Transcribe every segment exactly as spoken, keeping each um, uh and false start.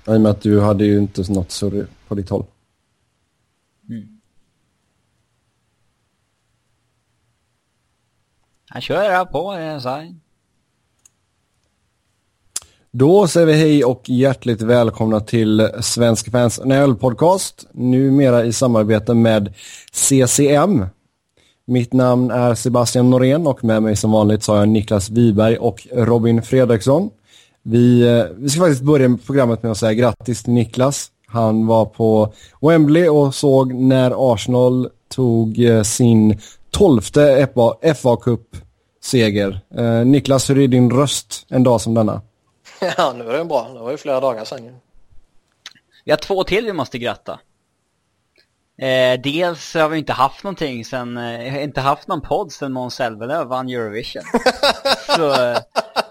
I och med att du hade ju inte något surr på ditt håll. Mm. Han kör här på en sign. Då säger vi hej och hjärtligt välkomna till Svenska Fans N H L-podcast. Numera i samarbete med C C M. Mitt namn är Sebastian Norén och med mig som vanligt så har jag Niklas Wiberg och Robin Fredriksson. Vi, vi ska faktiskt börja med programmet med att säga grattis till Niklas. Han var på Wembley och såg när Arsenal tog sin tolfte F A-cup-seger. Eh, Niklas, hur är din röst en dag som denna? Ja, nu är det bra. Det var ju flera dagar sedan. Vi har två till vi måste gratta. Eh, dels har vi inte haft någonting sen, eh, inte haft någon podd sen Måns Zelmerlöw vann Eurovision. Så... Eh,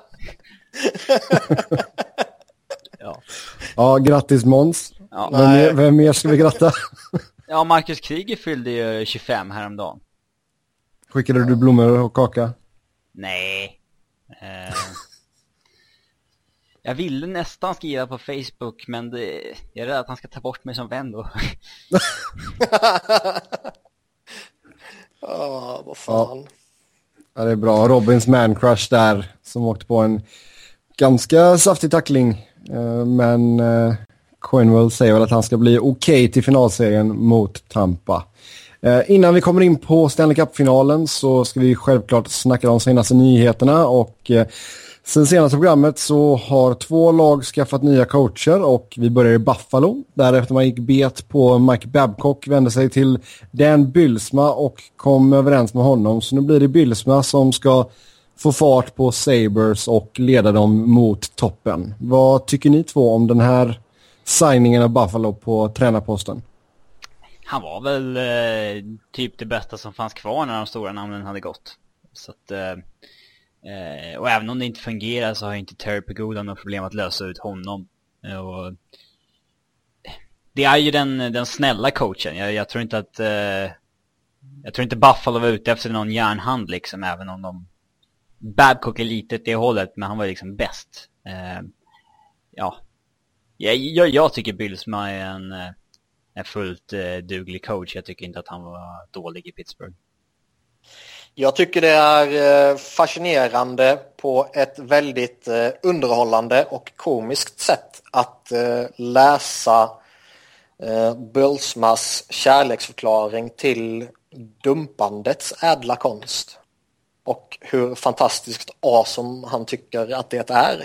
ja. Ja, grattis Måns. Ja. Vem, vem mer ska vi gratta? Ja, Marcus Kryger fyllde ju tjugofem häromdagen. Skickade du blommor och kaka? Nej. Eh, jag ville nästan skriva på Facebook, men det, jag är rädd att han ska ta bort mig som vän då. Ja, vad fan. Ja. Ja, det är bra. Robins man crush där som åkte på en ganska saftig tackling. Men Coinwell säger väl att han ska bli okej okay till finalserien mot Tampa. Innan vi kommer in på Stanley Cup-finalen så ska vi självklart snacka om senaste nyheterna. Och sen senaste programmet så har två lag skaffat nya coacher och vi börjar i Buffalo. Därefter man gick bet på Mike Babcock, vände sig till Dan Bylsma och kom överens med honom. Så nu blir det Bylsma som ska få fart på Sabres och leda dem mot toppen. Vad tycker ni två om den här signingen av Buffalo på tränarposten? Han var väl eh, typ det bästa som fanns kvar när de stora namnen hade gått. Så att... Eh... Eh, och även om det inte fungerar så har inte Terry Pegula något problem att lösa ut honom. Eh, och det är ju den, den snälla coachen. Jag, jag tror inte att eh, jag tror inte Buffalo var ute efter någon järnhand liksom, även om de Babcock är lite det hållet, men han var liksom bäst. Eh, ja. Jag, jag, jag tycker Bylsma är en, en fullt eh, duglig coach. Jag tycker inte att han var dålig i Pittsburgh. Jag tycker det är fascinerande på ett väldigt underhållande och komiskt sätt att läsa Bylsmas kärleksförklaring till dumpandets ädla konst och hur fantastiskt awesome han tycker att det är.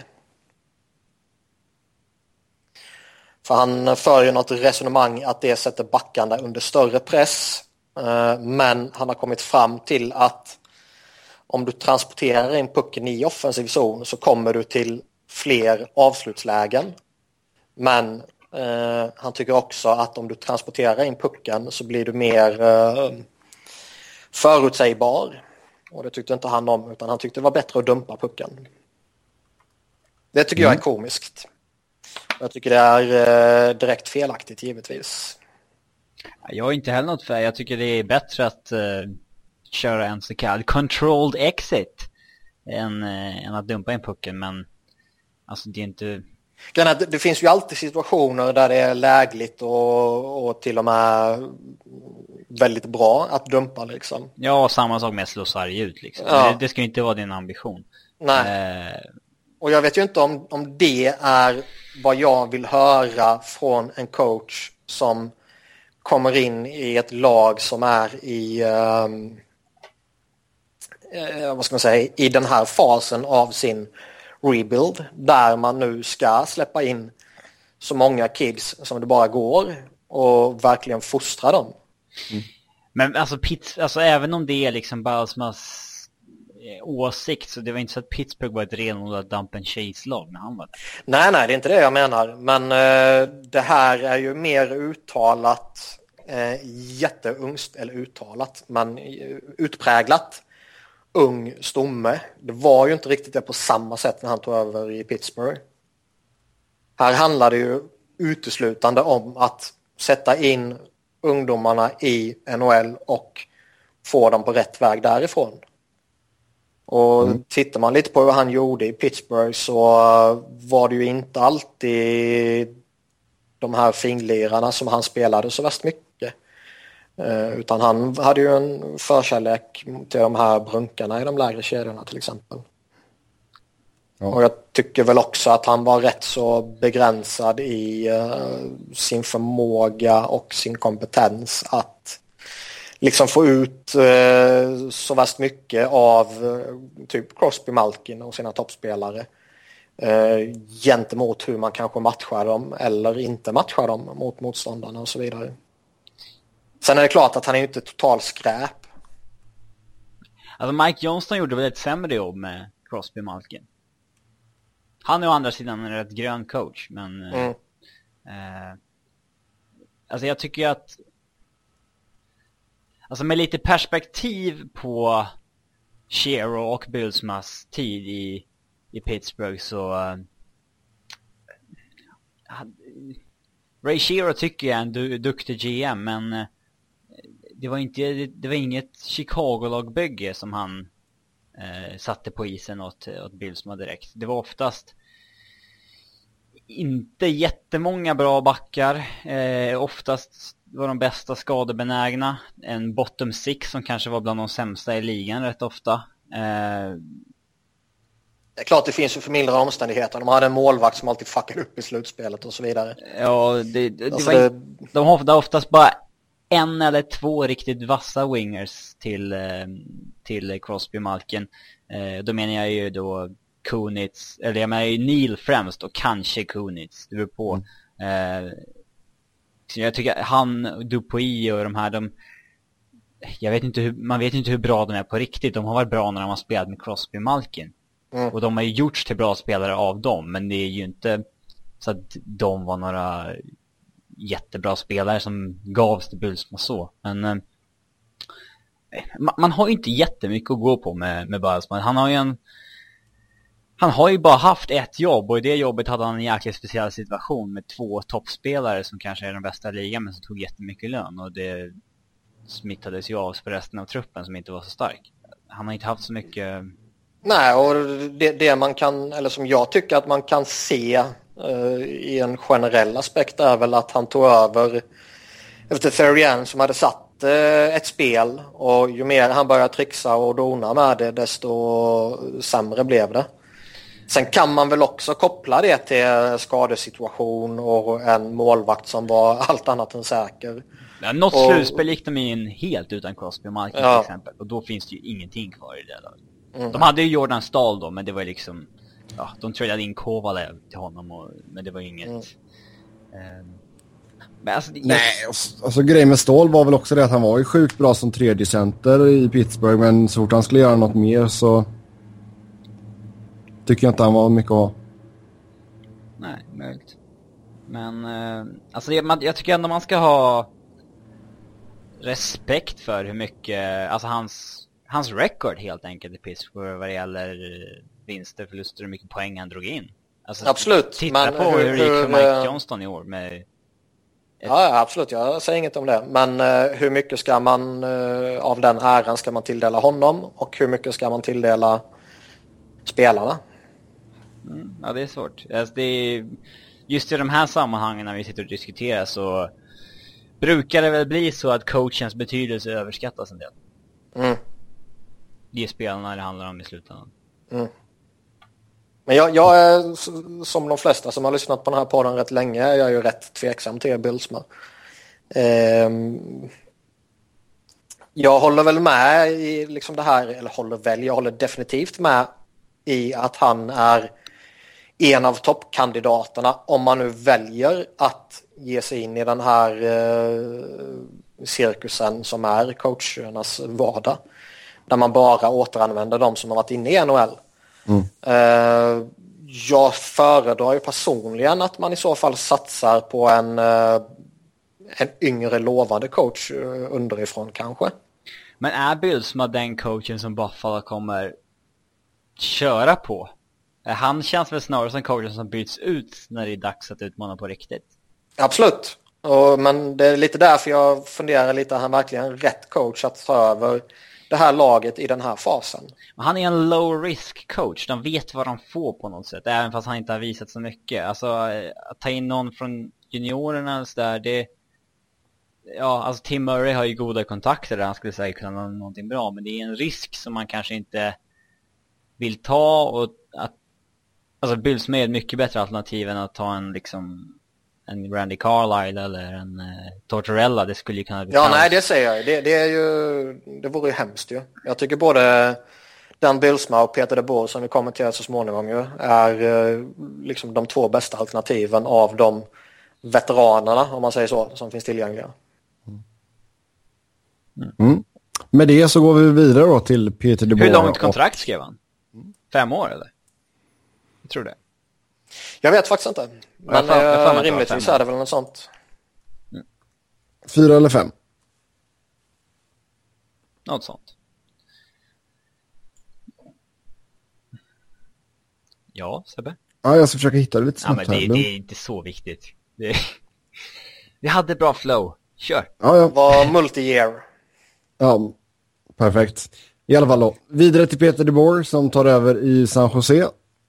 För han för ju något resonemang att det sätter backarna under större press. Men han har kommit fram till att om du transporterar in pucken i offensiv zon så kommer du till fler avslutslägen. Men eh, han tycker också att om du transporterar in pucken så blir du mer eh, förutsägbar. Och det tyckte inte han om, utan han tyckte det var bättre att dumpa pucken. Det tycker mm. jag är komiskt. Jag tycker det är eh, direkt felaktigt givetvis. Jag är inte heller något för. Jag tycker det är bättre att uh, köra en så kallad controlled exit än, uh, än att dumpa in pucken. Men alltså det är inte... Det, det finns ju alltid situationer där det är lägligt och, och till och med väldigt bra att dumpa liksom. Ja, samma sak med att slå sarg ut liksom. Ja. Det, det ska inte vara din ambition. Nej. Uh, och jag vet ju inte om, om det är vad jag vill höra från en coach som kommer in i ett lag som är i um, eh, vad ska man säga, i den här fasen av sin rebuild där man nu ska släppa in så många kids som det bara går och verkligen fostra dem. Mm. Men alltså, Pitt, alltså även om det är liksom Bylsmas åsikt, så det var inte så att Pittsburgh var ett renodlat dump and chase-lag när han var där. Nej, nej, det är inte det jag menar. Men eh, det här är ju mer uttalat eh, jätteungst, eller uttalat, men utpräglat ung stomme. Det var ju inte riktigt det på samma sätt när han tog över i Pittsburgh. Här handlar det ju uteslutande om att sätta in ungdomarna i N H L och få dem på rätt väg därifrån. Och mm. tittar man lite på vad han gjorde i Pittsburgh så var det ju inte alltid de här finlirarna som han spelade så värst mycket. Uh, utan han hade ju en förkärlek till de här brunkarna i de lägre kedjorna till exempel. Ja. Och jag tycker väl också att han var rätt så begränsad i uh, sin förmåga och sin kompetens att liksom få ut uh, så värst mycket av uh, typ Crosby, Malkin och sina toppspelare uh, gentemot hur man kanske matchar dem eller inte matchar dem mot motståndarna och så vidare. Sen är det klart att han är ju inte total skräp. Alltså Mike Johnston gjorde väl ett sämre jobb med Crosby, Malkin. Han är å andra sidan en rätt grön coach, men mm. eh, alltså jag tycker att alltså med lite perspektiv på Shero och Bylsmas tid i, i Pittsburgh så eh, Ray Shero tycker jag är en du, duktig G M, men eh, det var inte det var inget Chicago-lagbygge som han Eh, satte på isen åt, åt Bylsma direkt. Det var oftast inte jättemånga bra backar. Eh, oftast var de bästa skadebenägna. En bottom six som kanske var bland de sämsta i ligan rätt ofta. Eh, det är klart det finns ju förmildrande omständigheter. De hade en målvakt som alltid fuckade upp i slutspelet och så vidare. Ja, det, det, alltså det var det... de har oftast bara en eller två riktigt vassa wingers till, till Crosby, Malkin. Då menar jag ju då Kunitz, eller jag menar ju Neil främst och kanske Kunitz, det beror på. Mm. Så jag tycker han, Dupuis och de här, de, jag vet inte hur, man vet inte hur bra de är på riktigt. De har varit bra när de har spelat med Crosby, Malkin. Mm. Och de har ju gjorts till bra spelare av dem, men det är ju inte så att de var några jättebra spelare som gavs till Bylsma så. Men eh, man, man har ju inte jättemycket att gå på med, med Bylsma. Han har ju en han har ju bara haft ett jobb, och i det jobbet hade han en jäkligt speciell situation med två toppspelare som kanske är de bästa i ligan men som tog jättemycket lön, och det smittades ju av på resten av truppen som inte var så stark. Han har inte haft så mycket. Nej, och det, det man kan, eller som jag tycker att man kan se uh, i en generell aspekt är väl att han tog över efter Therian som hade satt uh, ett spel, och ju mer han började trixa och dona med det, desto sämre blev det. Sen kan man väl också koppla det till skadesituation och en målvakt som var allt annat än säker. Ja, något och, slutspel gick de in helt utan Crosby och Malkin ja. till exempel, och då finns det ju ingenting kvar i det laget. Mm. De hade ju Jordan Stahl då, men det var liksom, ja, de tradade in Kovalev till honom, och, men det var inget. Mm. Eh, men alltså, det, Nej, alltså grejen med Stahl var väl också det att han var ju sjukt bra som tredje center i Pittsburgh, men så fort han skulle göra något mer så tycker jag inte han var mycket att ha. Nej, möjligt. Men eh, alltså det, man, jag tycker ändå man ska ha respekt för hur mycket, alltså hans hans record helt enkelt i Pittsburgh vad det gäller vinster, förluster och hur mycket poäng han drog in. Alltså, absolut. Titta men på hur, hur det gick för Mike Johnston i år med ett... Ja, absolut. Jag säger inget om det. Men uh, hur mycket ska man uh, av den äran ska man tilldela honom, och hur mycket ska man tilldela spelarna? Mm, ja, det är svårt. Alltså, det är, just i de här sammanhangen när vi sitter och diskuterar så brukar det väl bli så att coachens betydelse överskattas en del. Mm. Det är spelarna det handlar om i slutändan. Mm. Men jag, jag är som de flesta som har lyssnat på den här podden rätt länge, jag är ju rätt tveksam till Bylsma. Um, jag håller väl med i liksom det här, eller håller väl, jag håller definitivt med i att han är en av toppkandidaterna om man nu väljer att ge sig in i den här uh, cirkusen som är coachernas vardag. Där man bara återanvänder de som har varit inne i N H L. Mm. Uh, jag föredrar ju personligen att man i så fall satsar på en, uh, en yngre lovande coach uh, underifrån kanske. Men är Bylsma den coachen som Buffalo kommer köra på? Han känns väl snarare som coachen som byts ut när det är dags att utmana på riktigt. Absolut. Och, men det är lite därför jag funderar lite, är han verkligen rätt coach att ta över det här laget i den här fasen? Men han är en low risk coach. De vet vad de får på något sätt, även fast han inte har visat så mycket. Alltså att ta in någon från juniorerna så där, det... Ja, alltså Tim Murray har ju goda kontakter där han skulle säga kunna nå någonting bra. Men det är en risk som man kanske inte vill ta. Och att, alltså Bills med är ett mycket bättre alternativ än att ta en liksom en Randy Carlisle eller en uh, Tortorella. Det skulle ju kunna bli Ja, kaos. nej, det säger jag. Det, det är ju, det vore ju hemskt ju. Jag tycker både Dan Bylsma och Peter DeBoer som vi kommer till så småningom ju, är uh, liksom de två bästa alternativen av de veteranerna, om man säger så, som finns tillgängliga. Mm. Med det så går vi vidare då till Peter DeBoer. Hur långt kontrakt skrev han? Fem år eller? Jag tror det. Jag vet faktiskt inte. Men jag fan, jag fan äh, rimligtvis är det väl något sånt. Mm. Fyra eller fem? Något sånt. Ja, Sebbe? Ja, jag ska försöka hitta det lite Ja, snabbt men det, här. det är inte så viktigt. Det, vi hade bra flow. Kör. Ja, ja. Var multi-year. Ja, perfekt. I alla fall då. Vidare till Peter DeBoer som tar över i San Jose.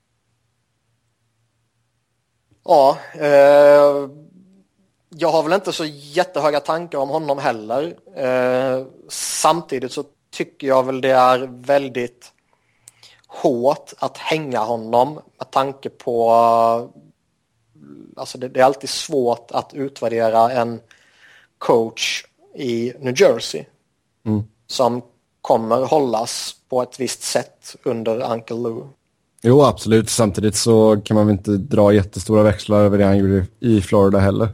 Ja, eh, jag har väl inte så jättehöga tankar om honom heller. Eh, samtidigt så tycker jag väl det är väldigt hårt att hänga honom med tanke på, alltså det, det är alltid svårt att utvärdera en coach i New Jersey Mm. som kommer hållas på ett visst sätt under Uncle Lou. Jo, absolut. Samtidigt så kan man väl inte dra jättestora växlar över det han gjorde i Florida heller.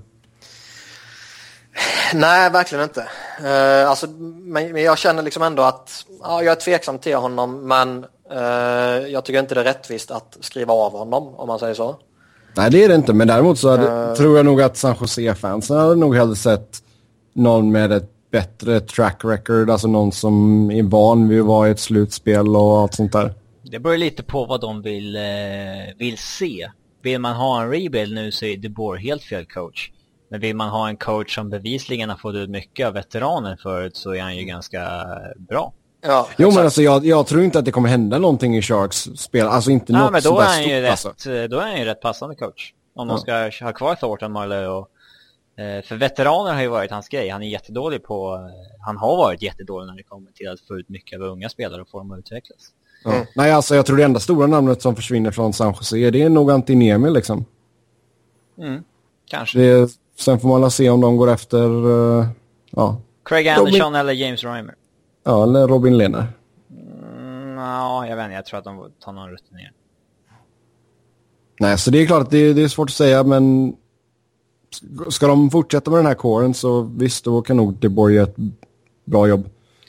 Nej, verkligen inte. Uh, alltså, men, men jag känner liksom ändå att ja, jag är tveksam till honom, men uh, jag tycker inte det är rättvist att skriva av honom, om man säger så. Nej, det är det inte. Men däremot så hade, Uh. tror jag nog att San Jose-fansen hade nog hellre sett någon med ett bättre track record. Alltså någon som är van vid att vara i ett slutspel och allt sånt där. Det beror lite på vad de vill, eh, vill se. Vill man ha en rebuild nu så är DeBoer helt fel coach. Men vill man ha en coach som bevisligen har fått ut mycket av veteraner förut så är han ju ganska bra. Ja, Jo, exakt. men alltså jag, jag tror inte att det kommer hända någonting i Sharks spel. Alltså inte Ja, något men då sådär är, han ju stort, rätt, alltså. då är han ju rätt passande coach. Om Ja. de ska ha kvar Thornton, Marleau och eh, för veteraner har ju varit hans grej. Han är jättedålig på, eh, han har varit jättedålig när det kommer till att få ut mycket av unga spelare och få dem att utvecklas. Ja. Nej, alltså jag tror det enda stora namnet som försvinner från San Jose, det är nog Antiniemi liksom. Mm, kanske. Det är, sen får man se om de går efter, uh, ja. Craig Anderson eller James Reimer? Ja, eller Robin Lehner. Mm, ja, jag vet inte. Jag tror att de tar någon rutiner. Nej, så det är klart att det, det är svårt att säga, men ska de fortsätta med den här kåren så visst, då kan nog DeBoer göra ett bra jobb.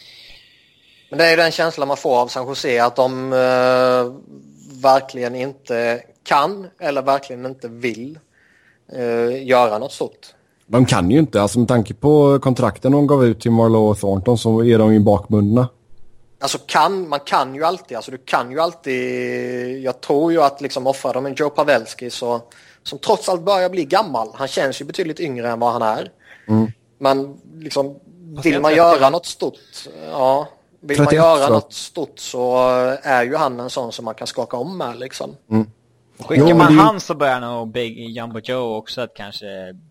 Men det är ju den känslan man får av San Jose, att de eh, verkligen inte kan eller verkligen inte vill eh, göra något stort. De kan ju inte, alltså med tanke på kontrakten de gav ut till Marleau och Thornton så är de ju bakbundna. Alltså kan, man kan ju alltid, alltså du kan ju alltid, jag tror ju att liksom offra dem en Joe Pavelski så, som trots allt börjar bli gammal. Han känns ju betydligt yngre än vad han är. Mm. Men liksom, Fast vill jag man trettio, göra va? något stort, ja, vill man trettioett, göra så. något stort så är ju han en sån som man kan skaka om med liksom. Mm. Skickar Jo, man det är- han så börjar nog Big Jumbo Joe också att kanske,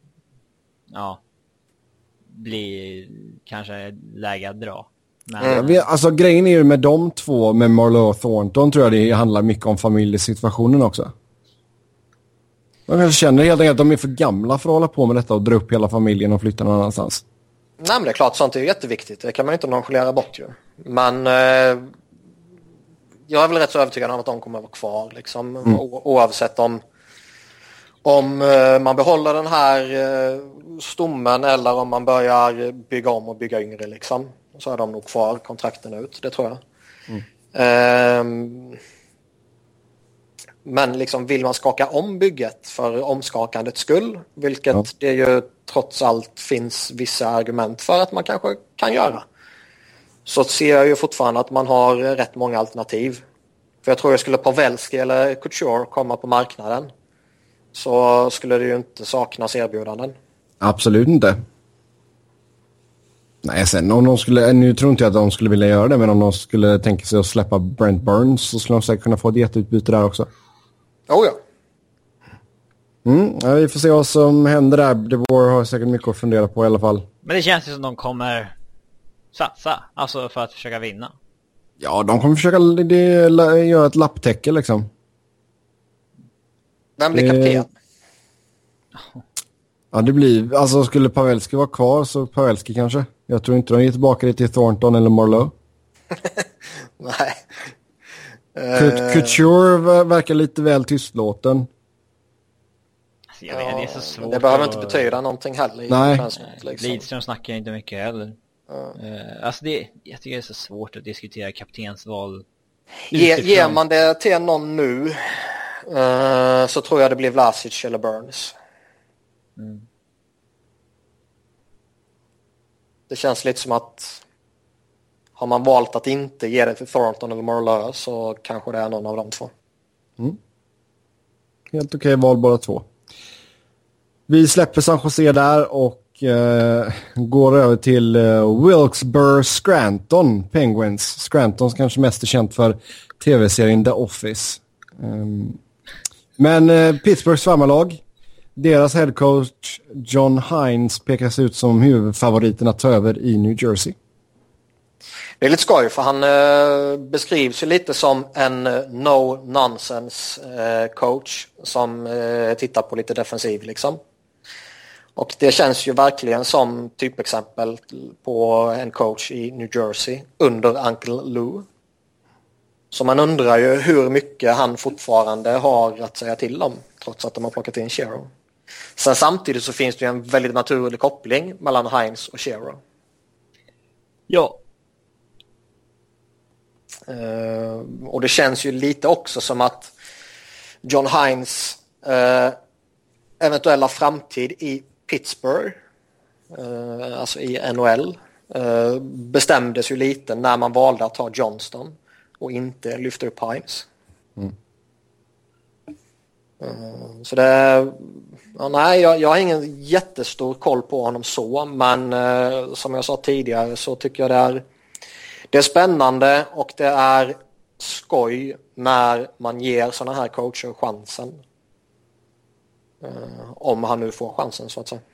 ja, bli kanske läge att dra. Men Jag vet, alltså grejen är ju med de två, med Marleau och Thornton, tror jag det handlar mycket om familjesituationen också. De kanske känner helt enkelt att de är för gamla för att hålla på med detta och dra upp hela familjen och flytta någon annanstans. Nej, men det är klart, sånt är ju jätteviktigt. Det kan man ju inte nonchalera bort ju. Men eh, jag är väl rätt så övertygad om att de kommer att vara kvar liksom, Mm. o- oavsett om om eh, man behåller den här eh, stommen eller om man börjar bygga om och bygga yngre liksom. Så är de nog kvar kontrakten ut, det tror jag. Mm. Ehm, men liksom vill man skaka om bygget för omskakandets skull, vilket Ja. det ju trots allt finns vissa argument för att man kanske kan göra, så ser jag ju fortfarande att man har rätt många alternativ. För jag tror jag skulle Pavelski eller Couture komma på marknaden så skulle det ju inte saknas erbjudanden. Absolut inte. Nej, sen om de skulle, nu tror inte jag att de skulle vilja göra det, men om de skulle tänka sig att släppa Brent Burns så skulle de säkert kunna få ett jätteutbyte där också. Oh ja. Mm, ja, vi får se vad som händer där. DeBoer har säkert mycket att fundera på i alla fall. Men det känns ju som de kommer satsa, alltså för att försöka vinna. Ja, de kommer försöka det, göra ett lapptäcke liksom. Vem blir kapten? Ja, det blir... Alltså, skulle Pavelski vara kvar så Pavelski kanske. Jag tror inte de ger tillbaka det till Thornton eller Marlowe. Nej. Kut- Couture verkar lite väl tystlåten. Alltså, jag vet, det är så svårt. Det behöver att... inte betyda någonting heller. Nej. Transmit, liksom. Lidström snackar inte mycket heller. Uh. Uh, alltså det, jag tycker det är så svårt att diskutera kaptensval. Ge, ger man det till någon nu uh, så tror jag det blir Vlasic eller Burns. Mm. Det känns lite som att har man valt att inte ge det till Thornton eller Marlowe så kanske det är någon av de två. Mm. Helt okej val båda två. Vi släpper San Jose där och eh, går över till eh, Wilkes-Barre Scranton Penguins. Scrantons kanske mest är känt för tv-serien The Office. Um, men eh, Pittsburghs farmarlag, deras headcoach John Hines pekas ut som huvudfavoriten att ta över i New Jersey. Det är lite skoj för han eh, beskrivs ju lite som en no-nonsense eh, coach som eh, tittar på lite defensiv liksom. Och det känns ju verkligen som typexempel på en coach i New Jersey under Uncle Lou. Så man undrar ju hur mycket han fortfarande har att säga till om trots att de har plockat in Chero. Sen samtidigt så finns det ju en väldigt naturlig koppling mellan Hines och Chero. Ja. Uh, och det känns ju lite också som att John Hines uh, eventuella framtid i Pittsburgh, uh, alltså i N H L, uh, bestämdes ju lite när man valde att ta Johnston och inte lyfta upp Hines. Mm. Uh, så det ja, nej, jag, jag har ingen jättestor koll på honom så, men uh, som jag sa tidigare så tycker jag det är Det är spännande och det är skoj när man ger såna här coacher chansen. Uh, om han nu får chansen så att säga.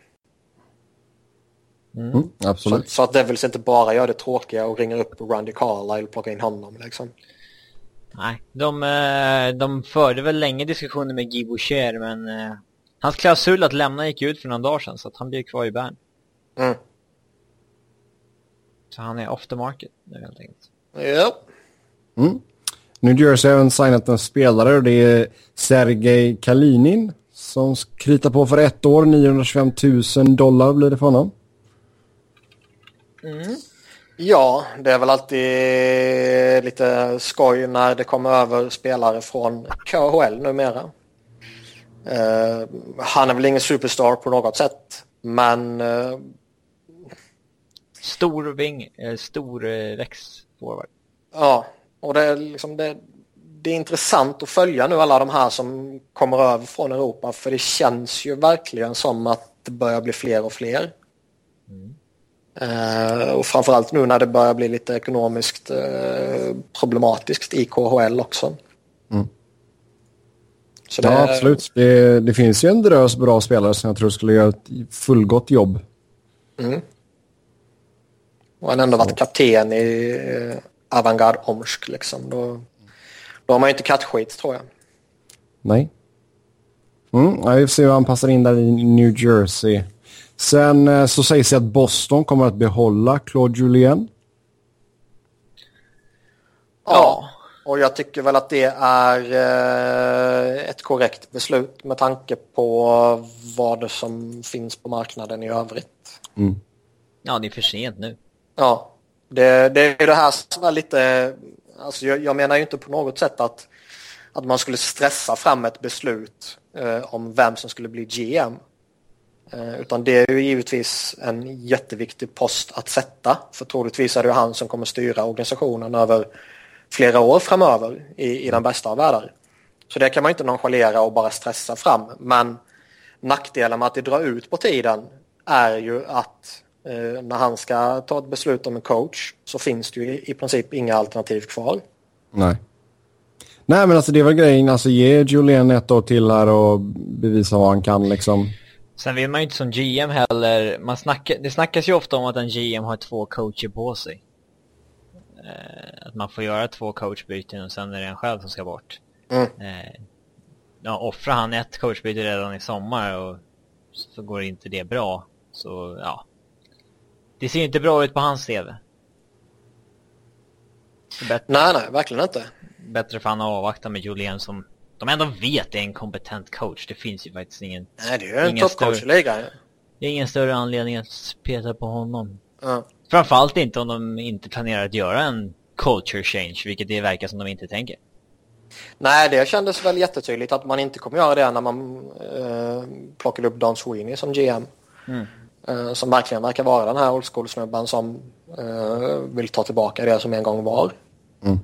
Mm. Mm, absolut. Så, så att Devils inte bara gör det tråkiga och ringer upp Randy Carlyle och plockar in honom liksom. Nej, de, de förde väl länge diskussioner med Guy Boucher, men uh, hans klausul att lämna gick ut för några dagar sedan så att han blir kvar i Bern. Mm. Så han är off the market nu helt enkelt. Ja. Mm. New Jersey har även signat en spelare och det är Sergej Kalinin som kritar på för ett år. niohundratjugofem tusen dollar blir det för honom. Mm. Ja, det är väl alltid lite skoj när det kommer över spelare från K H L numera. Uh, han är väl ingen superstar på något sätt, men... Uh, Stor ving, stor växtforward. Ja, och det är, liksom det, det är intressant att följa nu alla de här som kommer över från Europa, för det känns ju verkligen som att det börjar bli fler och fler. Mm. Uh, och framförallt nu när det börjar bli lite ekonomiskt uh, problematiskt i K H L också. Mm. Så det, ja, absolut. Det, det finns ju en drös bra spelare som jag tror skulle göra ett fullgott jobb. Mm. Och han ändå varit kapten i eh, Avangard Omsk liksom. Då, då har man ju inte kattskit, tror jag. Nej. Mm, ja, vi får se hur han passar in där i New Jersey. Sen eh, så sägs det att Boston kommer att behålla Claude Julien. Ja, och jag tycker väl att det är eh, ett korrekt beslut med tanke på vad det som finns på marknaden i övrigt. Mm. Ja, det är för sent nu. Ja, det, det är det här som är lite... Alltså jag, jag menar ju inte på något sätt att, att man skulle stressa fram ett beslut eh, om vem som skulle bli G M. Eh, utan det är ju givetvis en jätteviktig post att sätta. För troligtvis är det ju han som kommer styra organisationen över flera år framöver i, i den bästa av världar. Så det kan man inte nonchalera och bara stressa fram. Men nackdelen med att det drar ut på tiden är ju att eh, när han ska ta ett beslut om en coach så finns det ju i princip inga alternativ kvar. Nej. Nej, men alltså det var grejen. Alltså ge Julian ett år till här och bevisa vad han kan liksom. Sen vill man ju inte som G M heller. Man snackar, det snackas ju ofta om att en G M har två coacher på sig. Eh, att man får göra två coachbyten och sen är det en själv som ska bort. Mm. Eh, ja, offrar han ett coachbyte redan i sommar och så går inte det bra. Så ja. Det ser ju inte bra ut på hans C V. Bättre, Nej, nej, verkligen inte. bättre för han att avvakta med Julian som de ändå vet är en kompetent coach. Det finns ju faktiskt ingen... Nej, det är ju en toppcoach i ligan. Det är ingen större anledning att peta på honom. Ja. Framförallt inte om de inte planerar att göra en culture change, vilket det verkar som de inte tänker. Nej, det kändes väl jättetydligt att man inte kommer göra det när man eh, plockade upp Don Sweeney som G M. Mm. Eh, som verkligen verkar vara den här old school-snubben som eh, vill ta tillbaka det som en gång var. Mm.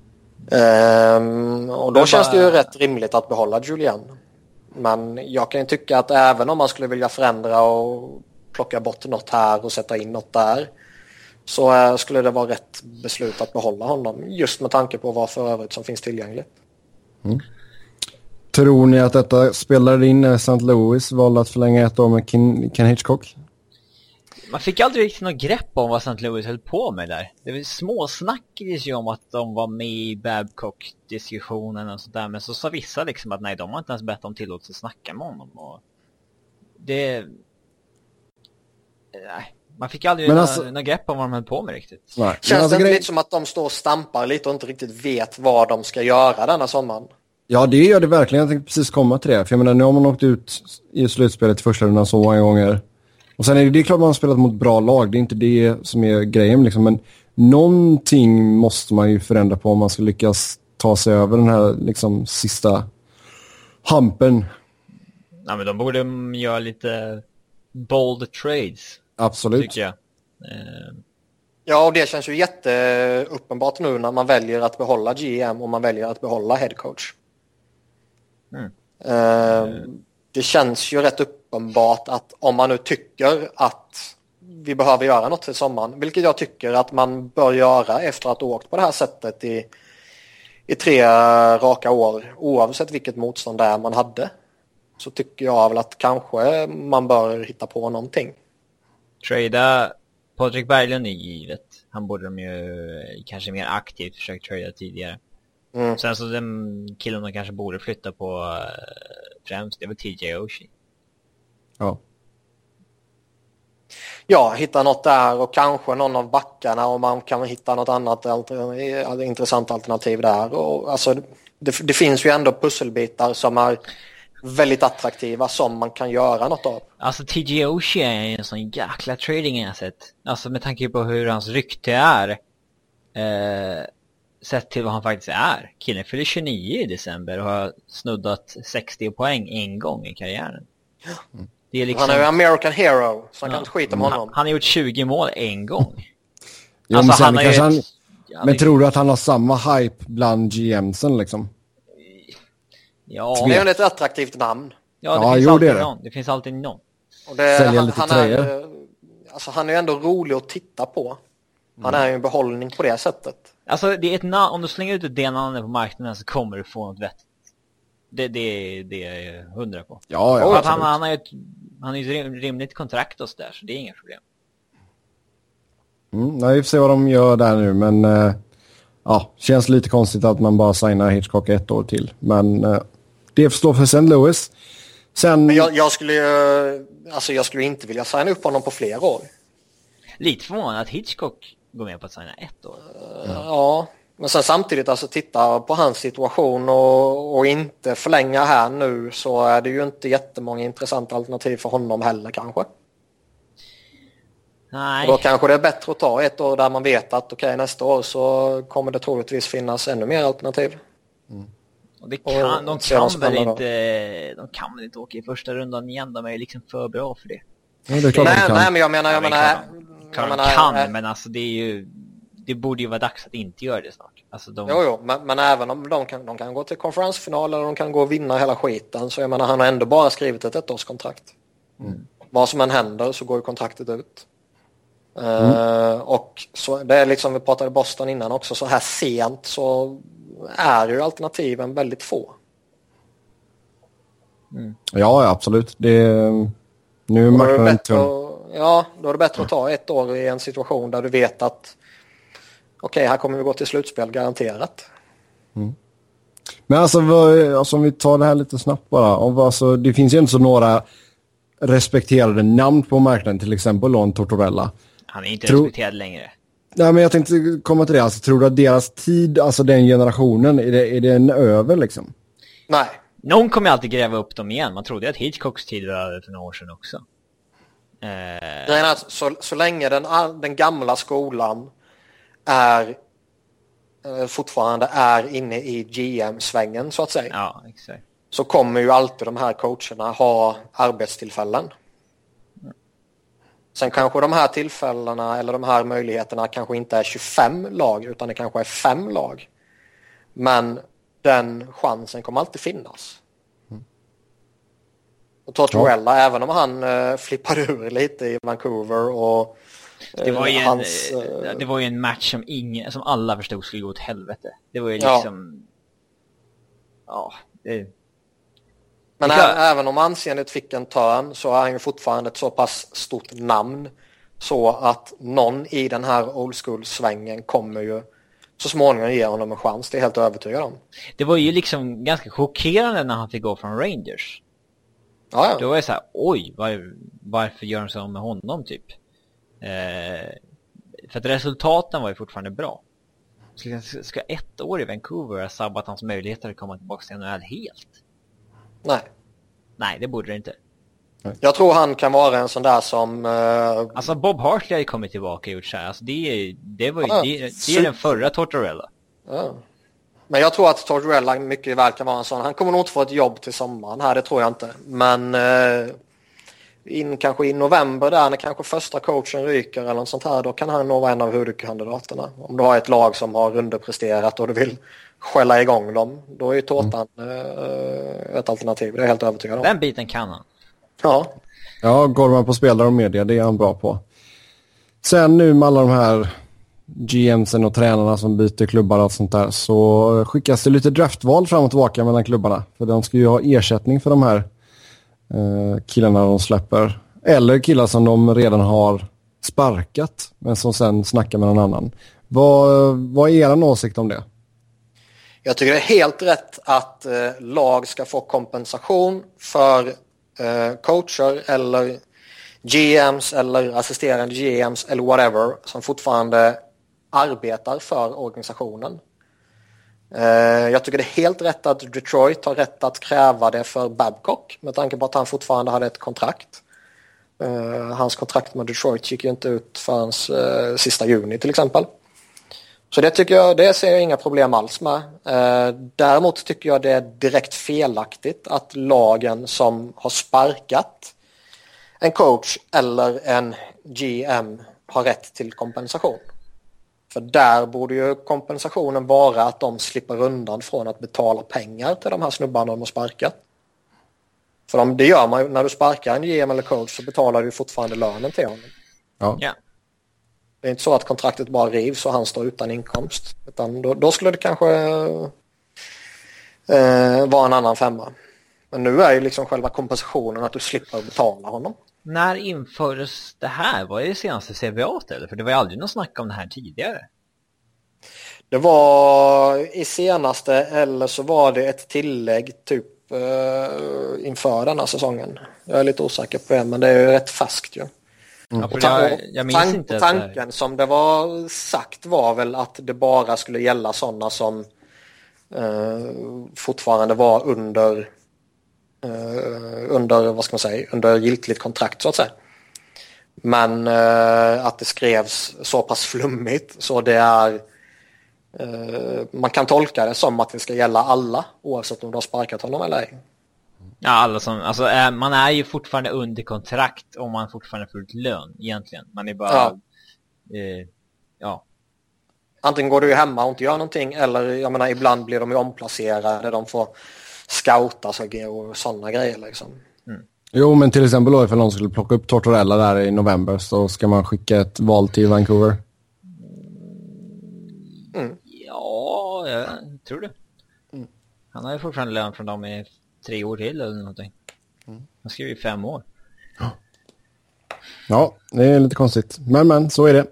Eh, och då Men känns bara... det ju rätt rimligt att behålla Julian. Men jag kan ju tycka att även om man skulle vilja förändra och plocka bort något här och sätta in något där, så eh, skulle det vara rätt beslut att behålla honom just med tanke på vad för övrigt som finns tillgängligt. Mm. Tror ni att detta spelade in när Saint Louis valde att förlänga ett år med Ken, Ken Hitchcock? Man fick aldrig riktigt något grepp om vad Saint Louis höll på med där. Det var småsnackades ju om att de var med i Babcock-diskussionen och sådär. Men så sa vissa liksom att nej, de har inte ens bett om tillåtelse att snacka med honom. Och det... Nej, man fick aldrig något alltså... grepp om vad de höll på med riktigt. Nej. Känns alltså, det inte grej... lite som att de står och stampar lite och inte riktigt vet vad de ska göra denna sommaren? Ja, det gör det verkligen. Jag tänkte precis komma till det. För jag menar, nu har man åkt ut i slutspelet i första rundan så många gånger. Och sen är det, det är klart man har spelat mot bra lag. Det är inte det som är grejen liksom. Men någonting måste man ju förändra på om man ska lyckas ta sig över den här liksom sista hampen. Ja, men de borde göra lite bold trades. Absolut. Tycker jag. Eh... Ja, och det känns ju jätteuppenbart nu när man väljer att behålla G M och man väljer att behålla head coach. Mm. Eh, det känns ju rätt uppenbart att om man nu tycker att vi behöver göra något till sommaren, vilket jag tycker att man bör göra efter att ha åkt på det här sättet i, i tre raka år, oavsett vilket motstånd det är man hade, så tycker jag väl att kanske man bör hitta på någonting. Trada Patrik Berglund är givet. Han borde de ju kanske mer aktivt försökt trada tidigare. Mm. Sen så den killen de kanske borde flytta på främst, det var T J Oshie. Ja. Ja, hitta något där och kanske någon av backarna om man kan hitta något annat alter- intressant alternativ där. Och, alltså, det, det finns ju ändå pusselbitar som är väldigt attraktiva som man kan göra något av. Alltså T J Oshie är en sån jäkla trading jag sett. Alltså med tanke på hur hans rykte är. Eh, sett till vad han faktiskt är. Killen fyller tjugonio i december och har snuddat sextio poäng en gång i karriären. Mm. Det är liksom... Han är ju American hero, så han ja. kan inte skita med honom. Han, han har gjort tjugo mål en gång. Ja, alltså, men sen han har kanske han... ett... ja, Men det... tror du att han har samma hype bland G Msen liksom? Ja, det är ju ett attraktivt namn. Ja, det, ja, finns jo, alltid det är det. någon. Det finns alltid någon. Och det, Sälja han, lite han, är, alltså, han är ju ändå rolig att titta på. Han är ju en behållning på det sättet. Alltså, det är ett na- om du slänger ut ett det namnet på marknaden så kommer du få något vettigt. Det, det, det är jag hundra på. Ja, ja. Och att han, han har ju ett, han har ju ett rimligt kontrakt och så där, så det är inga problem. Mm, nej, vi får se vad de gör där nu, men uh, ja, känns lite konstigt att man bara signar Hitchcock ett år till. Men uh, det förstår för Saint Louis. Sen... Men jag, jag skulle ju, alltså jag skulle inte vilja signa upp honom på flera år. Lite förvånad att Hitchcock går med på att signa ett år. Uh, ja, men sen samtidigt alltså titta på hans situation och, och inte förlänga här nu, så är det ju inte jättemånga intressanta alternativ för honom heller kanske. Nej. Och då kanske det är bättre att ta ett år där man vet att okej, okay, nästa år så kommer det troligtvis finnas ännu mer alternativ. Mm. Och det kan, och de, kan väl inte, de kan väl inte åka i första rundan igen, de är liksom för bra för det. Ja, det är klart nej, de kan. nej, men jag menar, jag ja, menar, klart jag de menar, kan, äh, men alltså det är ju, det borde ju vara dags att inte göra det snart. Alltså de... Jo, jo, men, men även om de kan, de kan gå till konferensfinal eller de kan gå och vinna hela skiten, så jag menar, han har ändå bara skrivit ett ettårskontrakt. Mm. Vad som än händer så går ju kontraktet ut. Mm. Uh, och så, det är liksom, vi pratade Boston innan också, så här sent så är ju alternativen väldigt få. Mm. Ja, absolut. Det, nu är marknaden tung. Ja, då är det bättre att ta ett år i en situation där du vet att okej, okay, här kommer vi gå till slutspel garanterat. Mm. Men alltså, vad, alltså om vi tar det här lite snabbt bara. Om, alltså, det finns ju inte så några respekterade namn på marknaden, till exempel Lon Tortorella. Han är inte Tro... respekterad längre. Nej, men jag tänkte komma till det. Alltså, tror du att deras tid, alltså den generationen, är det, är det en över liksom? Nej. Någon kommer alltid gräva upp dem igen. Man trodde att Hitchcocks tid var över för några år sedan också. Eh... Nej, alltså, så, så länge den, den gamla skolan är eh, fortfarande är inne i G M-svängen så att säga. Ja, exakt. Så kommer ju alltid de här coacherna ha arbetstillfällen. Sen kanske de här tillfällena eller de här möjligheterna kanske inte är tjugofem lag utan det kanske är fem lag. Men den chansen kommer alltid finnas. Mm. Och Tortorella, ja. Även om han uh, flippade ur lite i Vancouver och uh, det, var ju hans, en, uh, det var ju en match som, ingen, som alla förstod skulle gå åt helvete. Det var ju liksom... Ja, ja det... Men ä- även om anseendet fick en törn så är han ju fortfarande ett så pass stort namn så att någon i den här old school-svängen kommer ju så småningom ge honom en chans. Det är helt övertygad om. Det var ju liksom ganska chockerande när han fick gå från Rangers. Ja, ja. Då var jag så här, oj, var, varför gör de så med honom typ? Eh, för att resultaten var ju fortfarande bra. Ska, ska ett år i Vancouver ha sabbat hans möjligheter att komma tillbaka till N H L helt? Nej. Nej, det borde det inte. Jag tror han kan vara en sån där som... Uh... Alltså Bob Hartley har ju kommit tillbaka och gjort så här. Alltså, det, är, det, var ju, ja, det, det är den förra Tortorella. Ja. Men jag tror att Tortorella mycket väl kan vara en sån. Han kommer nog inte få ett jobb till sommaren här, det tror jag inte. Men uh, in, kanske i november där när kanske första coachen ryker eller något sånt här, då kan han nog vara en av huvudkandidaterna. Om du har ett lag som har underpresterat och du vill skälla igång dem, då är ju Tårtan mm. uh, ett alternativ. Det är helt övertygad om. Den biten kan han. Ja. Ja, går man på spelare och media, det är han bra på. Sen nu med alla de här G Msen och tränarna som byter klubbar och sånt där, så skickas det lite draftval fram och tillbaka mellan klubbarna. För de ska ju ha ersättning för de här eh, killarna de släpper. Eller killar som de redan har sparkat, men som sen snackar med någon annan. Vad, vad är er åsikt om det? Jag tycker det är helt rätt att eh, lag ska få kompensation för eh, coacher eller G Ms eller assisterande G Ms eller whatever som fortfarande arbetar för organisationen. Eh, jag tycker det är helt rätt att Detroit har rätt att kräva det för Babcock med tanke på att han fortfarande hade ett kontrakt. Eh, hans kontrakt med Detroit gick ju inte ut förrän eh, sista juni till exempel. Så det tycker jag, det ser jag inga problem alls med. Eh, däremot tycker jag det är direkt felaktigt att lagen som har sparkat en coach eller en G M har rätt till kompensation. För där borde ju kompensationen vara att de slipper undan från att betala pengar till de här snubbarna de har sparkat. För om det gör man ju, när du sparkar en G M eller coach så betalar du fortfarande lönen till honom. Ja. Ja. Det är inte så att kontraktet bara rivs och han står utan inkomst. Utan då, då skulle det kanske eh, vara en annan femma. Men nu är ju liksom själva kompensationen att du slipper betala honom. När infördes det här? Vad är det senaste C B A eller? För det var ju aldrig någon snack om det här tidigare. Det var i senaste eller så var det ett tillägg typ eh, inför den här säsongen. Jag är lite osäker på det, men det är ju rätt färskt ju. Mm. Ja, och jag, jag minns tank, inte tanken som det var sagt var väl att det bara skulle gälla sådana som eh, fortfarande var under eh, under, vad ska man säga, under giltigt kontrakt så att säga. Men eh, att det skrevs så pass flummigt så det är eh, man kan tolka det som att det ska gälla alla oavsett om du har sparkat honom eller ej. Ja, alla som, alltså, är, man är ju fortfarande under kontrakt om man fortfarande får ut lön egentligen. Man är bara ja. Eh, ja. Antingen går du ju hemma och inte gör någonting eller jag menar ibland blir de ju omplacerade, de får scoutas och, och sådana grejer liksom. Mm. Jo, men till exempel då ifall någon skulle plocka upp Tortorella där i november så ska man skicka ett val till Vancouver. Mm. Ja, jag Tror du? Mm. Han har ju fortfarande lön från dem i tre år till eller någonting. Mm. Han skriver ju fem år. Ja, det är lite konstigt. Men, men, så är det.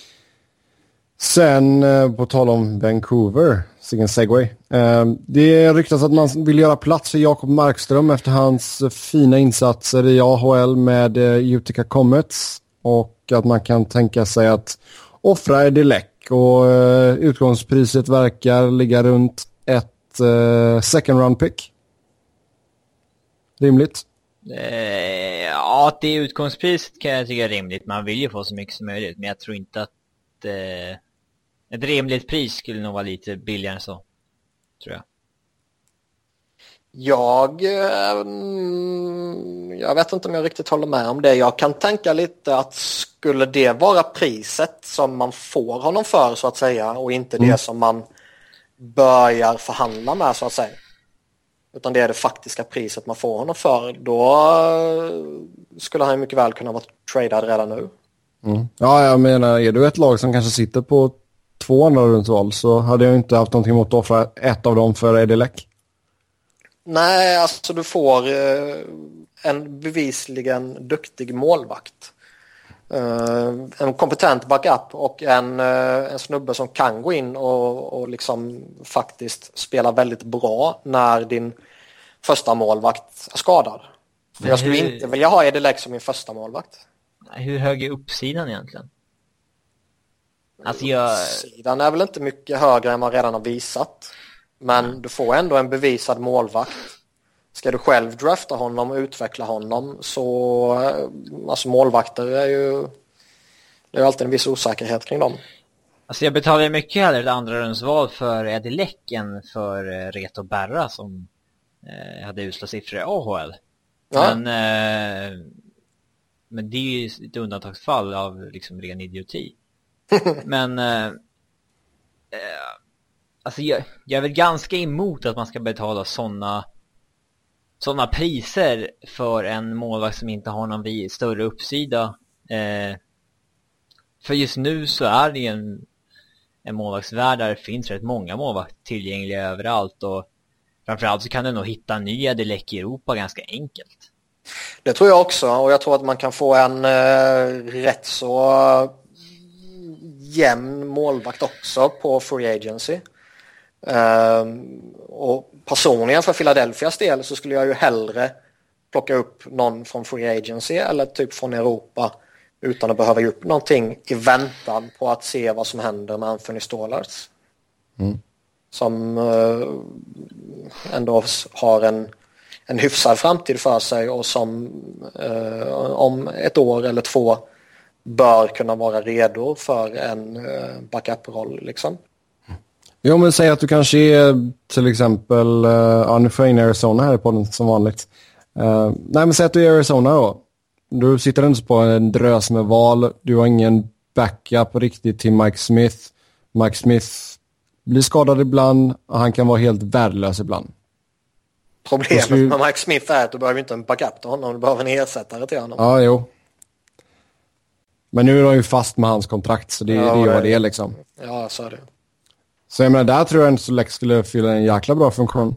Sen, eh, på tal om Vancouver, sicken segway. Eh, det ryktas att man vill göra plats för Jakob Markström efter hans fina insatser i A H L med eh, Utica Comets. Och att man kan tänka sig att offra Eddie Leck. Och eh, utgångspriset verkar ligga runt ett eh, second round pick. Rimligt? Eh, ja, det utgångspriset kan jag tycka är rimligt. Man vill ju få så mycket som möjligt. Men jag tror inte att eh, ett rimligt pris skulle nog vara lite billigare än så. Tror jag. Jag, eh, jag vet inte om jag riktigt håller med om det. Jag kan tänka lite att skulle det vara priset som man får honom för så att säga och inte mm. det som man börjar förhandla med så att säga. Utan det är det faktiska priset man får honom för. Då skulle han mycket väl kunna vara tradad redan nu. Mm. Ja, jag menar, är du ett lag som kanske sitter på två andra rundsval så hade jag inte haft någonting emot att offra ett av dem för Eddie Leck. Nej, alltså du får eh, en bevisligen duktig målvakt. Eh, en kompetent backup och en, eh, en snubbe som kan gå in och, och liksom faktiskt spela väldigt bra när din första målvakt är skadad. För jag skulle hur... inte vilja ha Eddie Leck som min första målvakt. Hur hög är uppsidan egentligen? Alltså jag... Uppsidan är väl inte mycket högre än man redan har visat. Men mm. du får ändå en bevisad målvakt. Ska du själv drafta honom och utveckla honom så alltså målvakter är ju det är alltid en viss osäkerhet kring dem. Alltså jag betalar mycket hellre ett andra rundsval för Eddie Leck än för Reto Berra som eh, hade usla siffror i A H L. Ja. Men, eh, men det är ju ett undantagsfall av liksom ren idioti. Men eh, eh, alltså jag, jag är väl ganska emot att man ska betala såna såna priser för en målvakt som inte har någon vid, större uppsida. Eh, för just nu så är det en, en målvaktsvärld där det finns rätt många målvakter tillgängliga överallt och framförallt så kan du nog hitta nya Eddie Leck i Europa ganska enkelt. Det tror jag också och jag tror att man kan få en eh, rätt så jämn målvakt också på free agency. Um, och personligen för Philadelphias del så skulle jag ju hellre plocka upp någon från free agency eller typ från Europa utan att behöva ge upp någonting i väntan på att se vad som händer med Anthony Stolarz. Mm. Som uh, ändå har en, en hyfsad framtid för sig och som uh, om ett år eller två bör kunna vara redo för en uh, backup-roll liksom. Jo, men säg att du kanske är till exempel, uh, ja, nu får jag in Arizona här på den som vanligt. Uh, nej, men säg att du är Arizona då. Du sitter inte på en drös med val. Du har ingen backup riktigt till Mike Smith. Mike Smith blir skadad ibland och han kan vara helt värdelös ibland. Problemet skulle... med Mike Smith är att du behöver inte en backup till honom. Du behöver en ersättare till honom. Ja, jo. Men nu är de ju fast med hans kontrakt så det, ja, det gör det, det liksom. Ja, så är det. Så jag menar, där tror jag inte så Lex skulle fylla en jäkla bra funktion.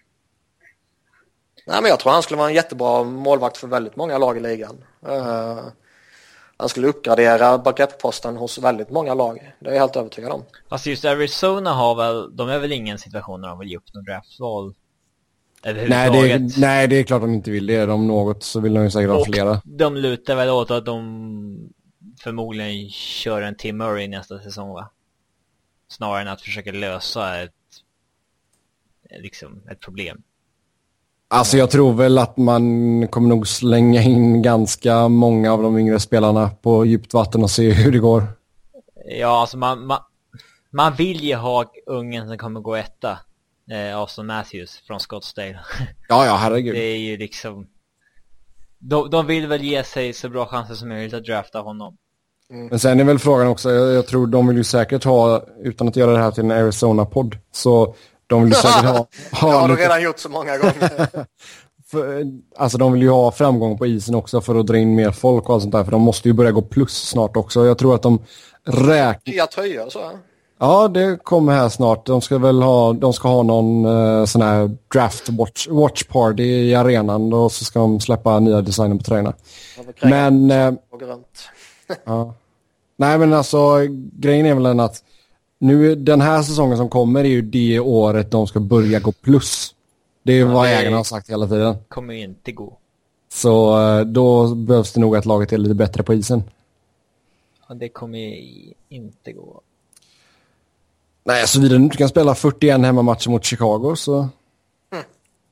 Nej, men jag tror han skulle vara en jättebra målvakt för väldigt många lag i ligan. Uh, han skulle uppgradera backup-posten hos väldigt många lag. Det är jag helt övertygad om. Fast just Arizona har väl, de är väl ingen situation där de vill ge upp någon draftval nej det, är, nej, det är klart de inte vill det. De något så vill de ju säkert ha flera. De lutar väl åt att de förmodligen kör en Tim Murray nästa säsong, va? Snarare än att försöka lösa ett liksom ett problem. Alltså jag tror väl att man kommer nog slänga in ganska många av de yngre spelarna på djupt vatten och se hur det går. Ja, alltså man, man, man vill ju ha ungen som kommer gå etta. Eh, Austin Matthews från Scottsdale. Ja, ja, herregud. Det är ju liksom... De, de vill väl ge sig så bra chanser som möjligt att drafta honom. Mm. Men sen är väl frågan också, jag, jag tror de vill ju säkert ha, utan att göra det här till en Arizona-podd, så de vill ju säkert ha... ha ja, har lite... du redan gjort så många gånger. för, alltså de vill ju ha framgång på isen också för att dra in mer folk och allt sånt där, för de måste ju börja gå plus snart också. Jag tror att de räknar... Nya tröjor så. Ja, det kommer här snart. De ska väl ha, de ska ha någon uh, sån här draft watch, watch party i arenan och så ska de släppa nya designer på tröjorna. Men uh, ja. Nej, men alltså grejen är väl den att nu den här säsongen som kommer är ju det året de ska börja gå plus. Det är ju ja, vad ägarna har sagt hela tiden. Kommer ju inte gå. Så uh, då behövs det nog att laget är lite bättre på isen. Ja, det kommer ju inte gå. Nej, så vidare du inte kan spela fyrtioen hemmamatcher mot Chicago så mm.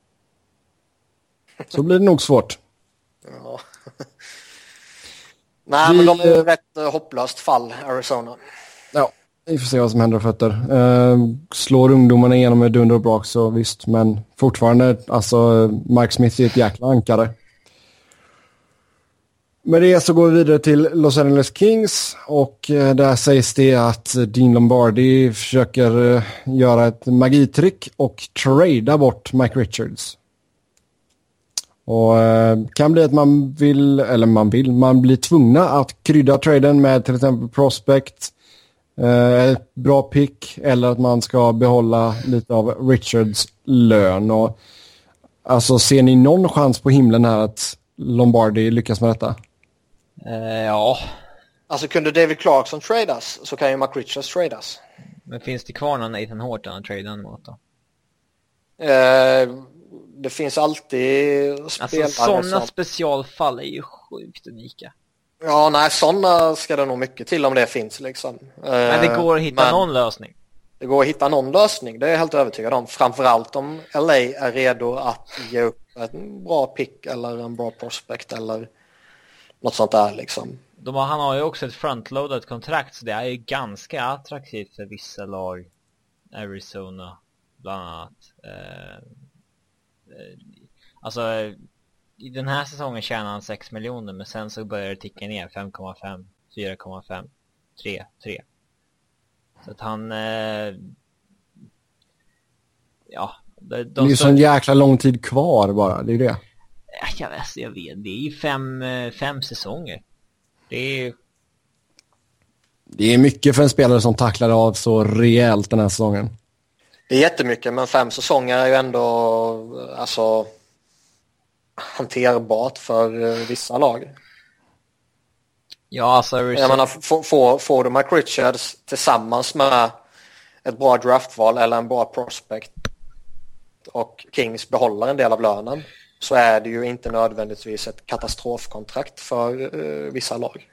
så blir det nog svårt. Ja. Nej, vi, men de är rätt uh, hopplöst fall, Arizona. Ja, vi får se vad som händer fötter. Uh, slår ungdomarna igenom med dunder och brak så visst, men fortfarande, alltså Mike Smith är ett jäkla ankare. Med det så går vi vidare till Los Angeles Kings och eh, där sägs det att Dean Lombardi försöker eh, göra ett magitrick och trada bort Mike Richards. Och eh, kan bli att man vill, eller man vill, man blir tvungna att krydda traden med till exempel prospect, eh, ett bra pick eller att man ska behålla lite av Richards lön. Och, alltså ser ni någon chans på himlen här att Lombardi lyckas med detta? Uh, ja. Alltså kunde David Clarkson tradas så kan ju Mike Richards tradas. Men finns det kvar någon Nathan Horton att trada mot då? Uh, det finns alltid spelare alltså, sådana som... specialfall är ju sjukt unika. Ja, nej, sådana ska det nog mycket till om det finns liksom. Uh, men det går att hitta men någon lösning. Det går att hitta någon lösning, det är jag helt övertygad om. Framförallt om L A är redo att ge upp en bra pick eller en bra prospect eller något sånt där liksom. De har, han har ju också ett frontloadat kontrakt så det är ju ganska attraktivt för vissa lag. Arizona bland annat. Eh, eh, alltså i den här säsongen tjänar han sex miljoner men sen så börjar det ticka ner fem komma fem, fyra komma fem, tre, tre. Så att han eh, ja, de, de det är ju så sån jäkla lång tid kvar bara, det är det. Jag vet, jag vet. Det är ju fem, fem säsonger. Det är Det är mycket för en spelare som tacklar av så rejält den här säsongen. Det är jättemycket, men fem säsonger är ju ändå alltså hanterbart för vissa lag. Ja, alltså jag menar, får, får, får du Mike Richards tillsammans med ett bra draftval eller en bra prospect och Kings behåller en del av lönen så är det ju inte nödvändigtvis ett katastrofkontrakt för uh, vissa lag.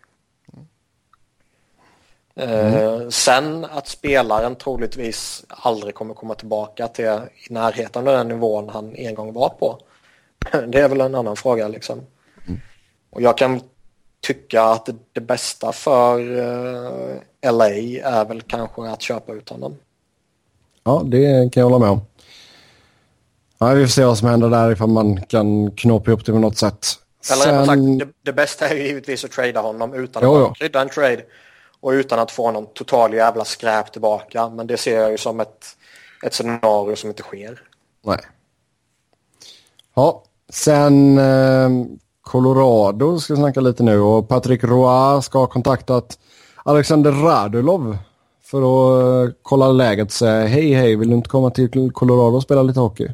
Mm. Uh, sen att spelaren troligtvis aldrig kommer komma tillbaka till i närheten av den nivån han en gång var på. Det är väl en annan fråga liksom. Mm. Och jag kan tycka att det, det bästa för uh, L A är väl kanske att köpa ut honom. Ja, det kan jag hålla med om. Ja, vi får se vad som händer där ifall man kan knåpa upp det på något sätt. Eller Sen... sagt, det, det bästa är ju givetvis att trada honom utan jo, att krydda en trade och utan att få någon total jävla skräp tillbaka. Men det ser jag ju som ett, ett scenario som inte sker. Nej. Ja, sen eh, Colorado ska vi snacka lite nu och Patrick Roy ska ha kontaktat Alexander Radulov för att uh, kolla läget och säga hej hej, vill du inte komma till Colorado och spela lite hockey?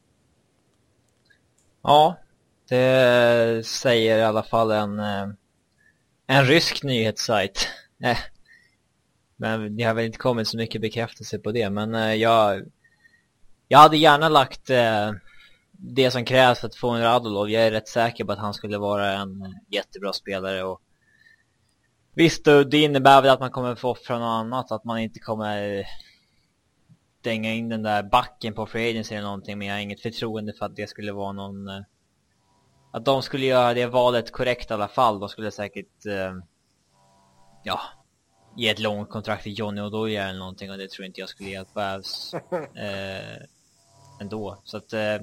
Ja, det säger i alla fall en, en rysk nyhetssajt. Men det har väl inte kommit så mycket bekräftelse på det. Men jag, jag hade gärna lagt det som krävs för att få en Radulov. Jag är rätt säker på att han skulle vara en jättebra spelare och visst, det innebär väl att man kommer få offra något annat. Att man inte kommer stänga in den där backen på free agency eller någonting. Men jag har inget förtroende för att det skulle vara någon... Att de skulle göra det valet korrekt i alla fall. De skulle säkert... Ja... Ge ett långt kontrakt till Johnny och då eller någonting. Och det tror inte jag skulle hjälpa alls. eh, ändå. Så att... Eh,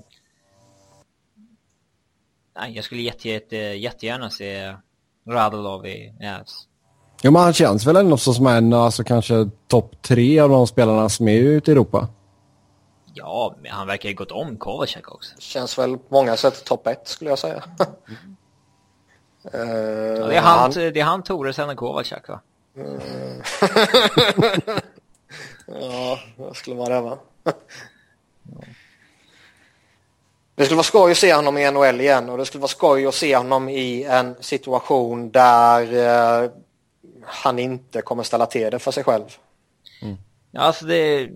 nej, jag skulle jätte, jätte, jättegärna se Radulov i Avs. Jo, men han känns väl ändå som en, alltså kanske topp tre av de spelarna som är ute i Europa. Ja, men han verkar ju gått om Kovalchuk också. Känns väl på många sätt topp ett skulle jag säga. Mm. uh, ja, det är han, han... det är han Toresen och Kovalchuk va? Mm. Ja, det skulle vara det, va? Det skulle vara skoj att se honom i N H L igen, och det skulle vara skoj att se honom i en situation där eh, han inte kommer ställa till det för sig själv. Mm. Ja, alltså det...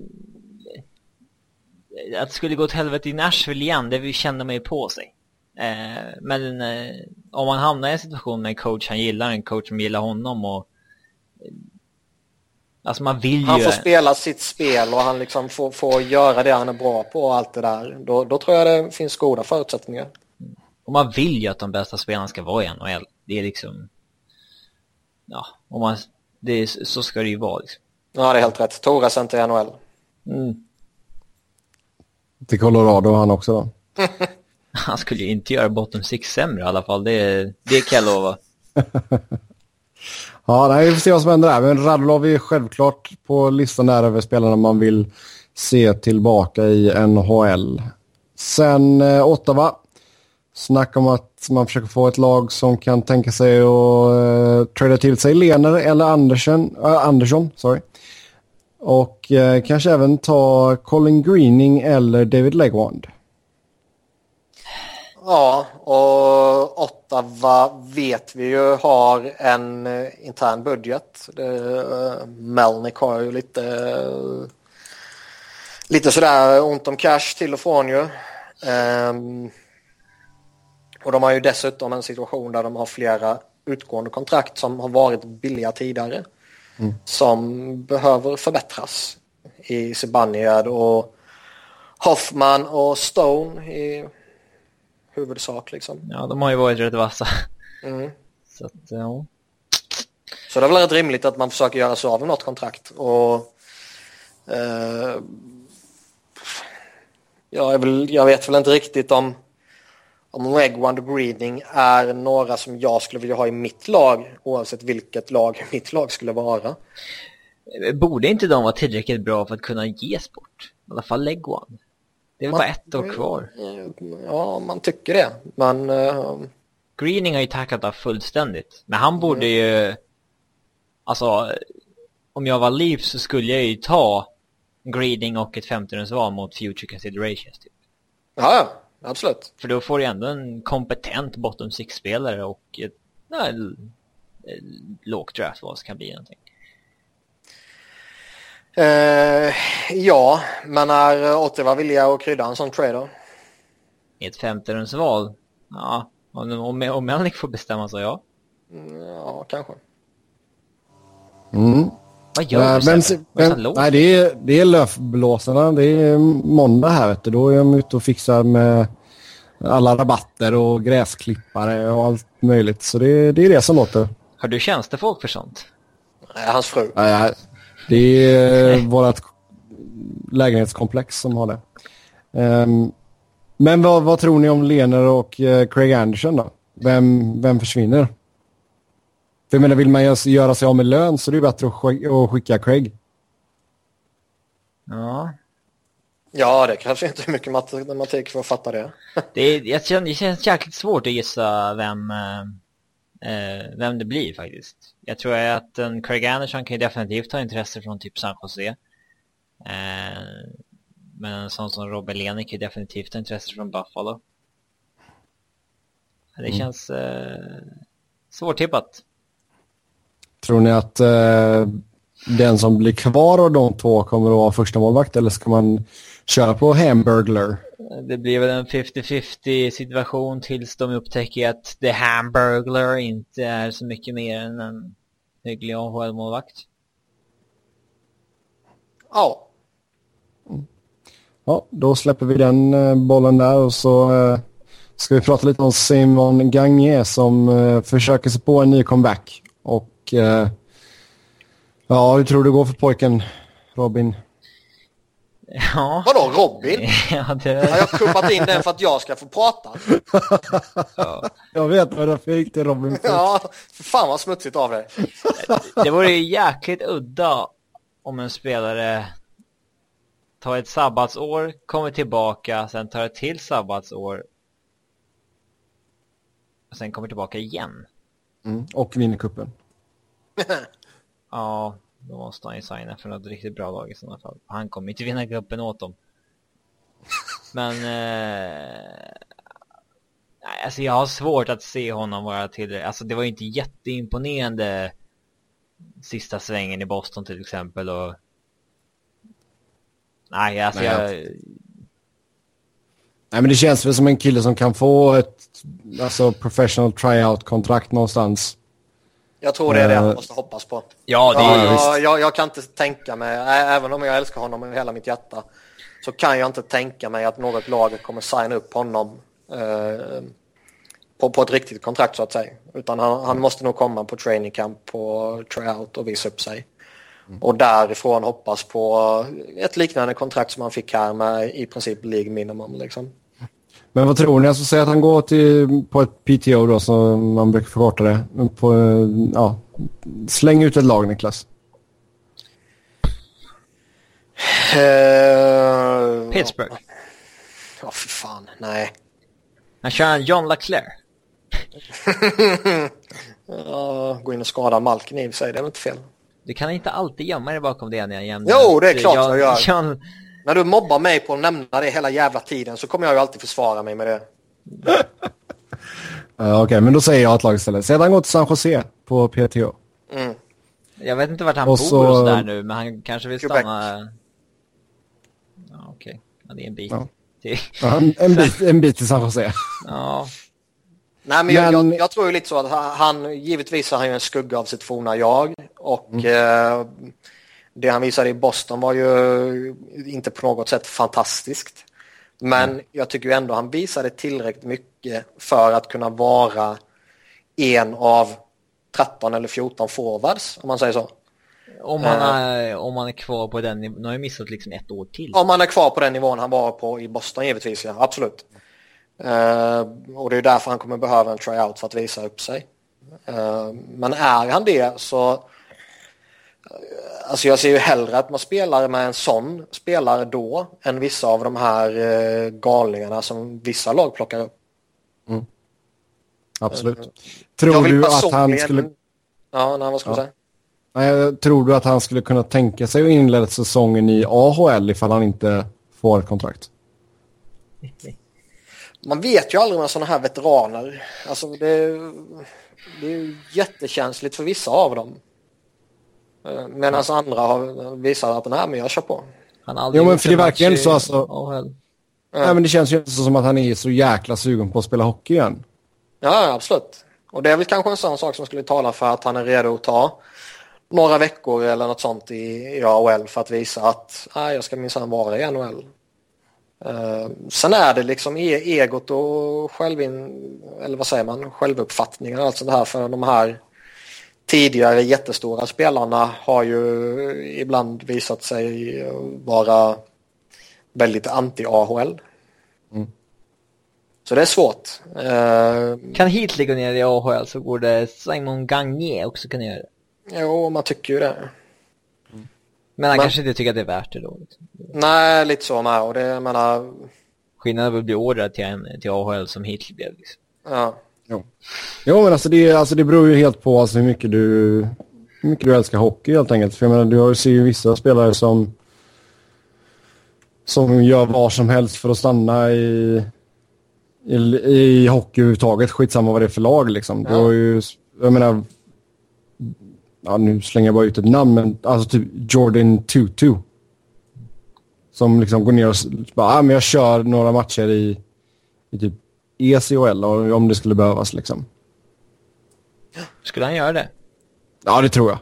Att det skulle gå till helvete i Nashville igen, det vi kände mig på sig. Eh, men eh, om man hamnar i en situation med en coach han gillar, en coach som gillar honom, och eh, alltså man vill han ju... får spela sitt spel och han liksom får, får göra det han är bra på och allt det där. Då, då tror jag det finns goda förutsättningar. Och man vill ju att de bästa spelarna ska vara i N H L. Det är liksom... Ja, om man, det är, så ska det ju vara liksom. Ja, det är helt rätt. Torres inte i N H L. Mm. Till Colorado han också då. Han skulle ju inte göra bottom six sämre i alla fall. Det, det kan jag lova. Ja, nej, vi får se vad som händer där. Men Radulov är självklart på listan där över spelarna man vill se tillbaka i N H L. Sen eh, Ottawa. Snack om att man försöker få ett lag som kan tänka sig att eh, trada till sig Lener eller Andersson. Äh, Andersson, sorry. Och eh, kanske även ta Colin Greening eller David Legwand. Ja, och Ottawa vet vi ju har en intern budget. Det, Melnick har ju lite lite sådär ont om cash till och från ju. Um, och de har ju dessutom en situation där de har flera utgående kontrakt som har varit billiga tidigare. Mm. Som behöver förbättras i Zibanejad och Hoffman och Stone i huvudsak liksom. Ja, de har ju varit rätt vassa. Mm. Så att, ja. Så det är väl rätt rimligt att man försöker göra sig av med något kontrakt. Och eh, jag, är väl, jag vet väl inte riktigt om om Legwand och Greening är några som jag skulle vilja ha i mitt lag, oavsett vilket lag mitt lag skulle vara. Borde inte de vara tillräckligt bra för att kunna ge sport? I alla fall Legwand. Det är väl man, bara ett år kvar. Ja, man tycker det. Men uh... Greening har ju tacklat av fullständigt. Men han borde mm. ju... Alltså, om jag var Leaf så skulle jag ju ta Greening och ett femtonde-val mot future considerations. Typ. Ja, absolut. För då får du ändå en kompetent bottom six-spelare och ett, ja, ett, ett lågt draftval som kan bli någonting. Uh, ja, men är Ottawa villiga att krydda en sån trade då? I ett femtonde-val? Ja, om, om, om Melnick får bestämma så ja. Ja, kanske. Mm. Vad gör du? Uh, men, men, nej, det är, det är löfblåsarna. Det är måndag här, vet du. Då är de ute och fixar med alla rabatter och gräsklippare och allt möjligt. Så det, det är det som låter. Har du tjänstefolk för sånt? Nej, hans fru. Nej, det är vårt lägenhetskomplex som har det. Um, men vad, vad tror ni om Lener och uh, Craig Anderson då? Vem, vem försvinner? För jag menar, vill man göra sig av med lön så är det bättre att skicka, att skicka Craig. Ja. Ja, det krävs inte mycket matematik för att fatta det. det, är, jag känner, det känns jäkligt svårt att gissa vem, eh, vem det blir faktiskt. Jag tror att en Craig Anderson kan ju definitivt ha intresse från typ San Jose. Eh, men en sån som Robert Lener kan ju definitivt ha intresse från Buffalo. Det mm. känns eh, svårtippat. Tror ni att eh, den som blir kvar av de två kommer att vara första målvakt, eller ska man köra på Hamburglar? Det blir väl en fifty fifty situation tills de upptäcker att The Hamburglar inte är så mycket mer än en hygglig A H L-målvakt. Ja. Mm. Ja, då släpper vi den eh, bollen där och så eh, ska vi prata lite om Simon Gagné som eh, försöker sig på en ny comeback. Och eh, ja, hur tror du går för pojken, Robin? Ja. Vadå, Robin? Ja, det... Jag har kuppat in den för att jag ska få prata. Ja. Jag vet vad det fick till Robin. Ja, för fan vad smutsigt av dig. Det vore ju jäkligt udda om en spelare tar ett sabbatsår, kommer tillbaka, sen tar ett till sabbatsår och sen kommer tillbaka igen. Mm, och vinner kuppen. Ja, Då måste han ju signa för något riktigt bra lag i sådana fall. Han kommer inte vinna gruppen åt dem. Men eh, nej, alltså jag har svårt att se honom vara till. Alltså det var ju inte jätteimponerande sista svängen i Boston till exempel. Och nej, alltså nej, jag... Nej, men det känns väl som en kille som kan få ett alltså professional tryout-kontrakt någonstans. Jag tror det är det han måste hoppas på. Ja, det är ja, jag, jag, jag kan inte tänka mig, även om jag älskar honom med hela mitt hjärta, så kan jag inte tänka mig att något lag kommer signa upp honom eh, på, på ett riktigt kontrakt så att säga. Utan han, han måste nog komma på training camp, på tryout och visa upp sig. Mm. Och därifrån hoppas på ett liknande kontrakt som han fick här med i princip league minimum liksom. Men vad tror ni? Alltså säga att han går till, på ett P T O då, som man brukar förkorta det. På, ja, släng ut ett lag, Niklas. Uh, Pittsburgh. Ja, oh, för fan, nej. Han kör en John Leclerc. uh, gå in och skada Malkin i sig, det är väl inte fel. Du kan inte alltid gömma dig bakom det när jag jämnar. Jo, det är klart John, jag gör. John... När du mobbar mig på att nämna det hela jävla tiden så kommer jag ju alltid försvara mig med det. uh, Okej, okay, men då säger jag ett lag istället. Sedan han går till San Jose på P T O. Mm. Jag vet inte vart han och bor så... och sådär nu, men han kanske vill Quebec. stanna... Ja, okej. Okay. Ja, det är en bit. Ja. Det... Ja, en, en, bit, en bit till San Jose. Ja. Nej, men, men... Jag, jag, jag tror ju lite så att han, givetvis har han ju en skugga av sitt forna jag. Och mm. eh, det han visade i Boston var ju inte på något sätt fantastiskt. Men mm. jag tycker ju ändå han visade tillräckligt mycket för att kunna vara en av tretton eller fjorton forwards, om man säger så. Om man är, uh, om man är kvar på den nivån, nu har jag missat liksom ett år till. Om man är kvar på den nivån han var på i Boston givetvis, ja, absolut. Uh, och det är därför han kommer behöva en tryout för att visa upp sig. Uh, men är han det så uh, alltså jag ser ju hellre att man spelar med en sån spelare då än vissa av de här uh, galningarna som vissa lag plockar upp. Mm. Absolut. Uh, tror du att han skulle... Ja, nej, vad ska ja. jag säga? Tror du att han skulle kunna tänka sig att inleda säsongen i A H L ifall han inte får ett kontrakt? Man vet ju aldrig med sådana här veteraner. Alltså det, det är ju jättekänsligt för vissa av dem. Medan alltså andra har visat att den här men jag kör på. Han jo, men för det verkligen så alltså... A H L. Ja. Nej, men det känns ju inte så som att han är så jäkla sugen på att spela hockey igen. Ja, absolut. Och det är väl kanske en sån sak som skulle tala för att han är redo att ta några veckor eller något sånt i, i A H L för att visa att nej, jag ska minsann vara i N H L. Uh, sen är det liksom e- egot och självin, eller vad säger man, självuppfattningen och allt sånt här, för de här tidigare jättestora spelarna har ju ibland visat sig vara väldigt anti-A H L. Mm. Så det är svårt. Uh, kan Heatley gå ner i A H L så går det Simon Gagné också kunna göra det. Jo, man tycker ju det. Mm. Men han Men, kanske inte tycker att det är värt det då. Liksom. Nej, lite så med. Och det, jag menar... Skillnaden vill bli ordrad till, en, till A H L som Heatley blev. Liksom. Ja. Jo. Jo, men alltså det, alltså det beror ju helt på alltså hur, mycket du, hur mycket du älskar hockey helt enkelt. För jag menar, du ser ju vissa spelare som som gör vad som helst för att stanna i, i, i hockey överhuvudtaget. Skitsamma vad det är för lag liksom. Ja. Du har ju, jag menar... Ja, nu slänger jag bara ut ett namn, men alltså typ Jordan Tutu som liksom går ner och bara, ah, men jag kör några matcher i, i typ E C H L om det skulle behövas liksom. Skulle han göra det? Ja, det tror jag.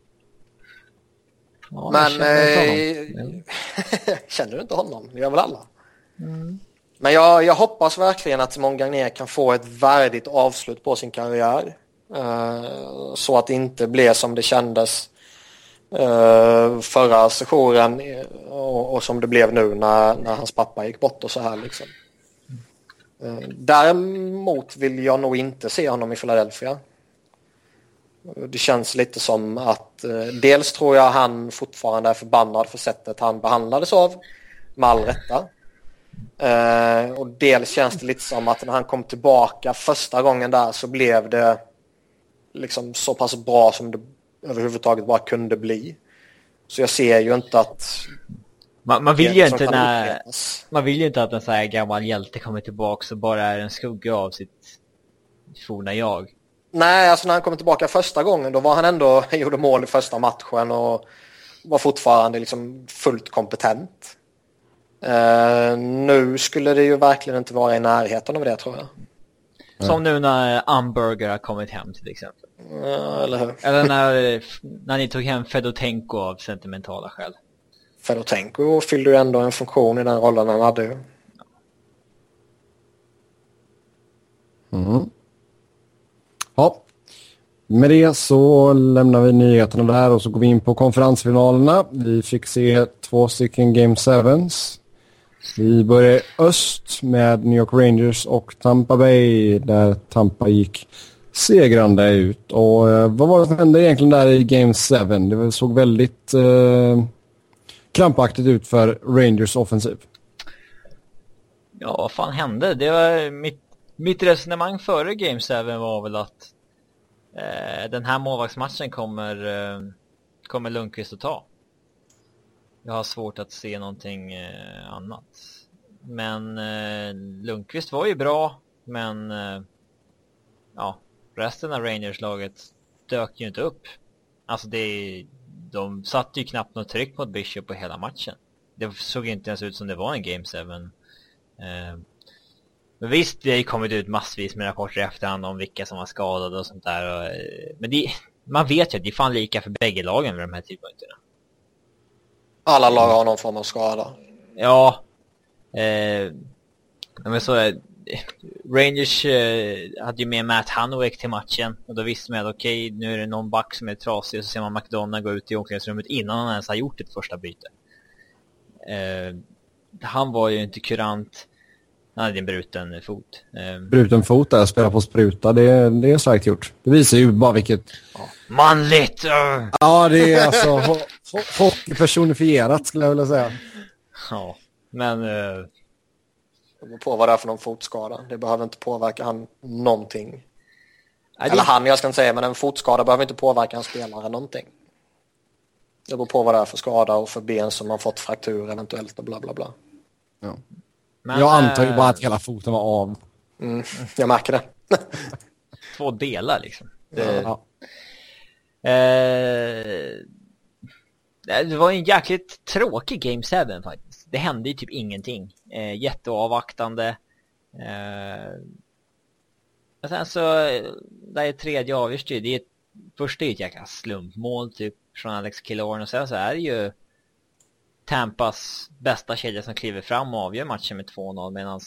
Ja, men känner, äh, känner du inte honom? Det gör väl alla. Mm. Men jag, jag hoppas verkligen att Simon Gagné kan få ett värdigt avslut på sin karriär. Uh, så att det inte blev som det kändes uh, förra sessionen och, och som det blev nu när, när hans pappa gick bort och så här liksom. Uh, däremot vill jag nog inte se honom i Philadelphia. Uh, det känns lite som att uh, dels tror jag han fortfarande är förbannad för sättet han behandlades av, med all rätta. Uh, och dels känns det lite som att när han kom tillbaka första gången där så blev det liksom så pass bra som det överhuvudtaget bara kunde bli. Så jag ser ju inte att... Man, man, vill ju inte när, man vill ju inte att en så här gammal hjälte kommer tillbaka och bara är en skugga av sitt forna jag. Nej, alltså när han kommer tillbaka första gången, då var han ändå, gjorde mål i första matchen och var fortfarande liksom fullt kompetent. Uh, nu skulle det ju verkligen inte vara i närheten av det, tror jag. Som nu när Amberger har kommit hem till exempel. Uh, eller hur? Eller när, när ni tog hem Fedotenko av sentimentala skäl. Fedotenko fyllde ju ändå en funktion i den rollen han hade ju. Mm. Ja, med det så lämnar vi nyheterna där och så går vi in på konferensfinalerna. Vi fick se två stycken Game Sevens. Vi börjar öst med New York Rangers och Tampa Bay, där Tampa gick segrande ut. Och eh, vad var det som hände egentligen där i Game seven? Det såg väldigt eh, krampaktigt ut för Rangers offensiv. Ja, vad fan hände? Det var mitt, mitt resonemang före Game seven var väl att eh, den här målvaktsmatchen kommer, eh, kommer Lundqvist att ta. Jag har svårt att se någonting eh, annat. Men eh, Lundqvist var ju bra, men eh, ja, resten av Rangers-laget dök ju inte upp. Alltså det, de satte ju knappt något tryck mot Bishop på hela matchen. Det såg inte ens ut som det var en Game seven. Eh, men visst, det har ju kommit ut massvis med rapporter i efterhand om vilka som var skadade och sånt där. Och, eh, men det, man vet ju att det är fan lika för bägge lagen vid de här tidpunkterna. Alla lag har någon form av skada. Ja. Eh, men så eh, Rangers eh, hade ju med Matt Hanwick till matchen. Och då visste man att okej, okay, nu är det någon back som är trasig. Och så ser man McDonough gå ut i omklädningsrummet innan han ens har gjort ett första byte. Eh, han var ju inte kurant. Han hade en bruten fot. Eh, bruten fot där, spela på spruta, det, det är starkt gjort. Det visar ju bara vilket... Ja. Manligt! Uh. Ja, det är alltså ho- ho- hockeypersonifierat skulle jag vilja säga. Ja, men... Uh... Det beror på vad det är för någon fotskada. Det behöver inte påverka han någonting. Nej, Eller det... han, jag ska inte säga, men en fotskada behöver inte påverka en spelare någonting. Det beror på vad det är för skada och för ben som har fått fraktur eventuellt och bla bla bla. Ja. Men, jag antar ju bara att hela foten var av. Mm, jag märker det. Två delar liksom. Det, ja. eh, det var en jäkligt tråkig Game seven faktiskt. Det hände ju typ ingenting. Eh, jätteavvaktande. Eh, och sen så, det är tredje avgörstid. Det är ett, först är ett jäkla slumpmål typ från Alex Killorn. Och sen så är det ju Tampas bästa kedja som kliver fram och avgör matchen med två noll, medan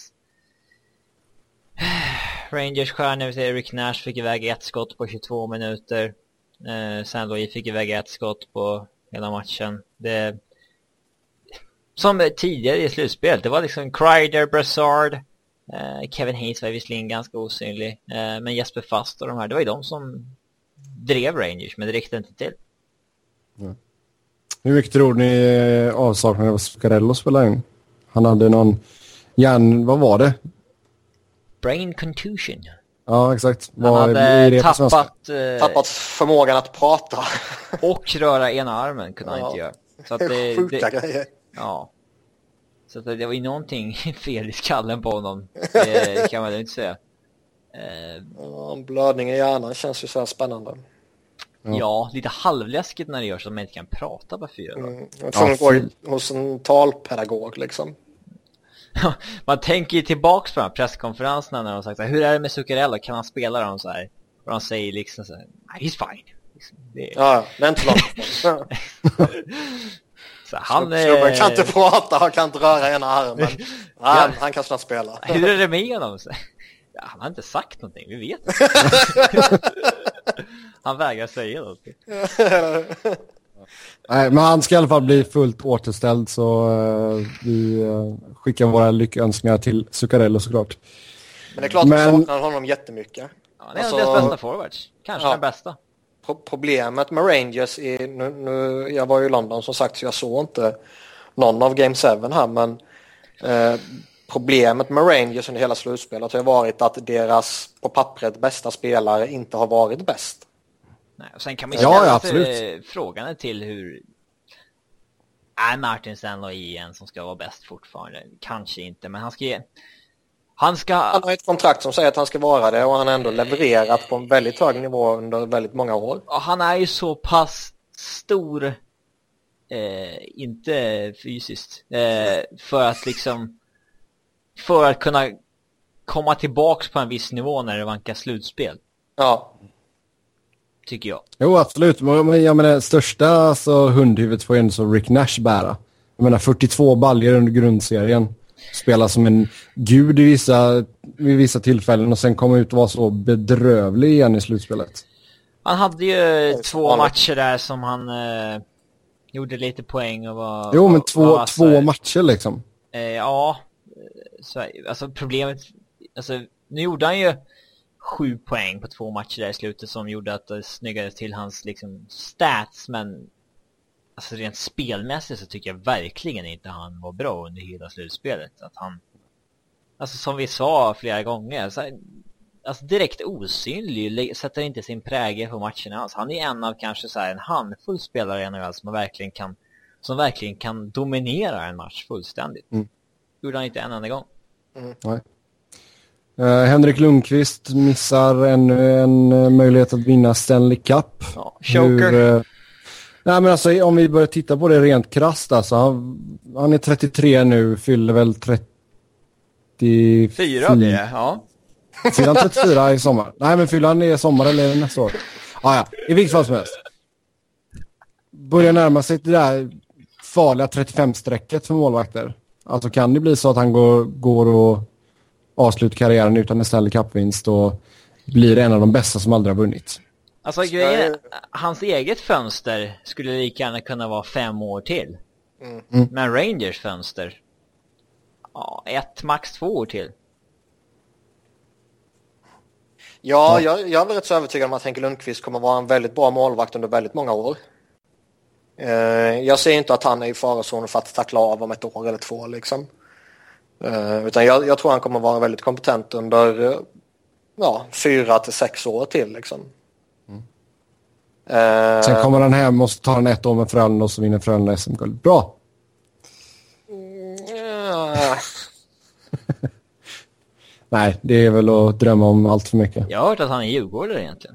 Rangers stjärna Eric Nash fick iväg ett skott på tjugotvå minuter. Eh, Saint Louis fick iväg ett skott på hela matchen. Det, som tidigare i slutspelet, det var liksom Kreider, Brassard, eh, Kevin Hayes var visserligen ganska osynlig, eh, men Jesper Fast och de här, det var ju de som drev Rangers, men det räckte inte till. Mm. Hur mycket tror ni avsaknaden av Zuccarello spelade in? Han hade någon hjärn, vad var det? Brain contusion. Ja, exakt. Han vad hade tappat, eh, tappat förmågan att prata. Och röra ena armen kunde han ja. inte göra. Så att det, sjuka det, grejer. Ja. Så att det var ju någonting fel i skallen på honom. Det kan man ju inte säga. Eh, ja, en blödning i hjärnan känns ju så här spännande. Ja, ja, lite halvläskigt när det gör så att man inte kan prata på fyra. Mm. Jag tror att ja, gå hos en talpedagog liksom. Man tänker ju tillbaks på de här presskonferenserna när de sagt så här, hur är det med Zuccarello? Kan han spela dem så här? Och de säger liksom så här, he's fine. Liksom, det är... Ja, det är inte långt. Så han är... kan inte prata, han kan inte röra ena armen. Nej, ja. Han kan snart spela. Hur är det med honom? Ja, han har inte sagt någonting, vi vet inte. Han vägrar säga något. Nej, men han ska i alla fall bli fullt återställd, så uh, vi uh, skickar våra lyckönskningar till Zuccarello såklart. Men det är klart att men... vi saknar honom jättemycket. Ja, det är alltså... deras bästa forwards. Kanske ja. Den bästa. Pro- problemet med Rangers är, nu, nu, jag var ju i London som sagt, så jag såg inte någon av Game seven här, men eh, problemet med Rangers under hela slutspelet har varit att deras på pappret bästa spelare inte har varit bäst. Nej, och sen kan man ju ställa ja, ja, frågan till hur är Martin Saint Louis en som ska vara bäst fortfarande? Kanske inte, men han ska ge... Han, ska... han har ett kontrakt som säger att han ska vara det och han har ändå levererat på en väldigt hög nivå under väldigt många år. Han är ju så pass stor, eh, inte fysiskt, eh, för att liksom för att kunna komma tillbaks på en viss nivå när det vankar slutspel. Ja. Tycker jag. Jo, absolut. Men jag menar, största alltså, hundhuvudet får ju ändå så Rick Nash bära. Jag menar, fyrtiotvå baljor under grundserien. Spela som en gud i vissa, vid vissa tillfällen och sen komma ut och vara så bedrövlig igen i slutspelet. Han hade ju två matcher där som han eh, gjorde lite poäng och var... Jo, men två, var, två alltså, matcher liksom. Eh, ja, så, alltså problemet... Alltså, nu gjorde han ju sju poäng på två matcher där i slutet som gjorde att det snyggades till hans liksom stats, men alltså rent spelmässigt så tycker jag verkligen inte han var bra under hela slutspelet. Att han, alltså som vi sa flera gånger, så här, alltså direkt osynlig, sätter inte sin prägel på matcherna alls. Han är en av kanske så här en handfull spelare i N H L som verkligen kan, som verkligen kan dominera en match fullständigt. Mm. Gjorde han inte en enda gång. Mm. Nej. Uh, Henrik Lundqvist missar ännu en uh, möjlighet att vinna Stanley Cup. Ja, choker. Hur, uh, nej, men alltså, om vi börjar titta på det rent krasst, alltså, han, han är trettiotre nu, fyller väl trettiofyra. Fyra blir det, ja. Fyller han trettiofyra i sommar? Nej, men fyller han i sommar eller nästa år? Ah, ja, i vilket fall som helst. Börjar närma sig det där farliga trettiofem-strecket för målvakter. Alltså kan det bli så att han går, går och avslutar karriären utan en Stanley Cup-vinst och blir en av de bästa som aldrig har vunnit. Alltså grejen, hans eget fönster skulle lika gärna kunna vara fem år till. Mm. Men Rangers fönster, ja, ett, max två år till. Ja, jag, jag är rätt så övertygad om att Henke Lundqvist kommer vara en väldigt bra målvakt under väldigt många år. Uh, jag ser inte att han är i farozonen för att tackla av om ett år eller två liksom. Uh, utan jag, jag tror han kommer vara väldigt kompetent under uh, ja, fyra till sex år till liksom. Mm. Uh, Sen kommer han hem och så tar han ett år med Frölunda och så vinner Frölunda S M-guld. Bra! Uh. Nej, det är väl att drömma om allt för mycket. Jag har hört att han är djurgårdare egentligen.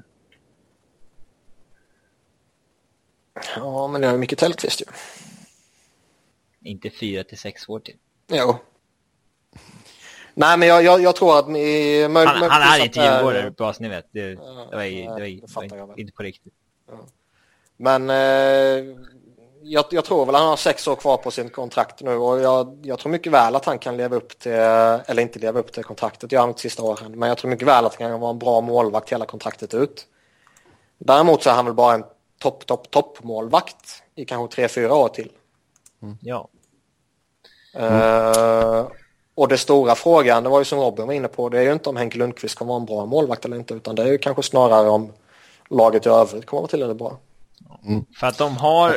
Ja, men det är mycket Tellqvist ju. Inte fyra till sex år till. Jo. Nej, men jag, jag, jag tror att... Ni, han möj, han är inte djurgårdare, bara så ni vet. Det, det var, det var, det var, det var inte på riktigt. Ja. Men eh, jag, jag tror väl att han har sex år kvar på sin kontrakt nu. Och jag, jag tror mycket väl att han kan leva upp till... Eller inte leva upp till kontraktet. Jag har inte sista åren. Men jag tror mycket väl att han kan vara en bra målvakt hela kontraktet ut. Däremot så är han väl bara en topp, topp, topp målvakt i kanske tre, fyra år till. Mm. Ja. Uh, och det stora frågan, det var ju som Robin var inne på, det är ju inte om Henke Lundqvist kommer vara en bra målvakt eller inte, utan det är ju kanske snarare om laget i övrigt kommer vara till eller bra. Mm. För att de har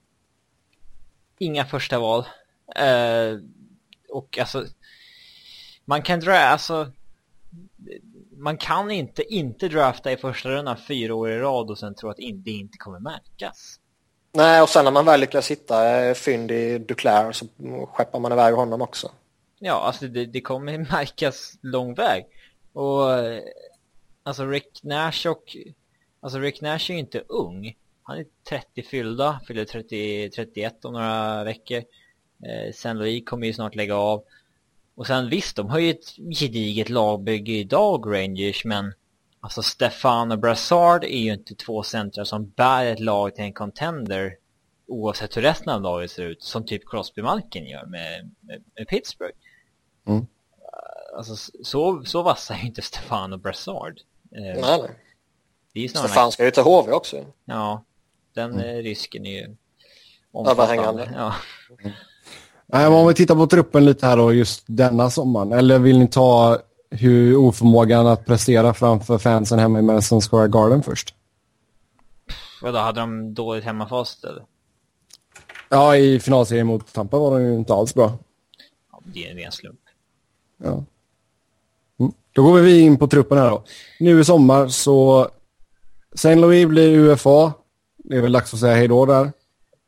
inga första val. Uh, och alltså man kan dra, alltså man kan inte inte drafta i första rundan fyra år i rad och sen tro att det inte kommer märkas. Nej, och sen när man väl lyckas hitta fynd i Duclair så skeppar man iväg honom också. Ja, alltså det, det kommer märkas lång väg. Och alltså Rick Nash och alltså Rick Nash är ju inte ung. Han är trettio fyllda, fyller trettio, trettioett om några veckor. Eh, Saint Louis kommer ju snart lägga av. Och sen visst, de har ju ett gediget lagbygge idag, Rangers, men alltså Stefan och Brassard är ju inte två centrar som bär ett lag till en contender oavsett hur resten av laget ser ut, som typ Crosby-Malkin gör med, med, med Pittsburgh. Mm. Alltså så, så vassar ju inte Stefan och Brassard. Nej, nej. Det är Stefan ska ju ta H V också. Ja, den mm. risken är ju överhängande. Ja. Mm. Nej, om vi tittar på truppen lite här då, just denna sommaren. Eller vill ni ta hur oförmågan att prestera framför fansen hemma i Madison Square Garden först? Vadå, hade de dåligt hemmafast eller? Ja, i finalserien mot Tampa var de ju inte alls bra. Ja, det är en ren slump. Ja. Mm. Då går vi in på truppen här då. Nu i sommar så Saint Louis blir U F A. Det är väl dags att säga hej då där.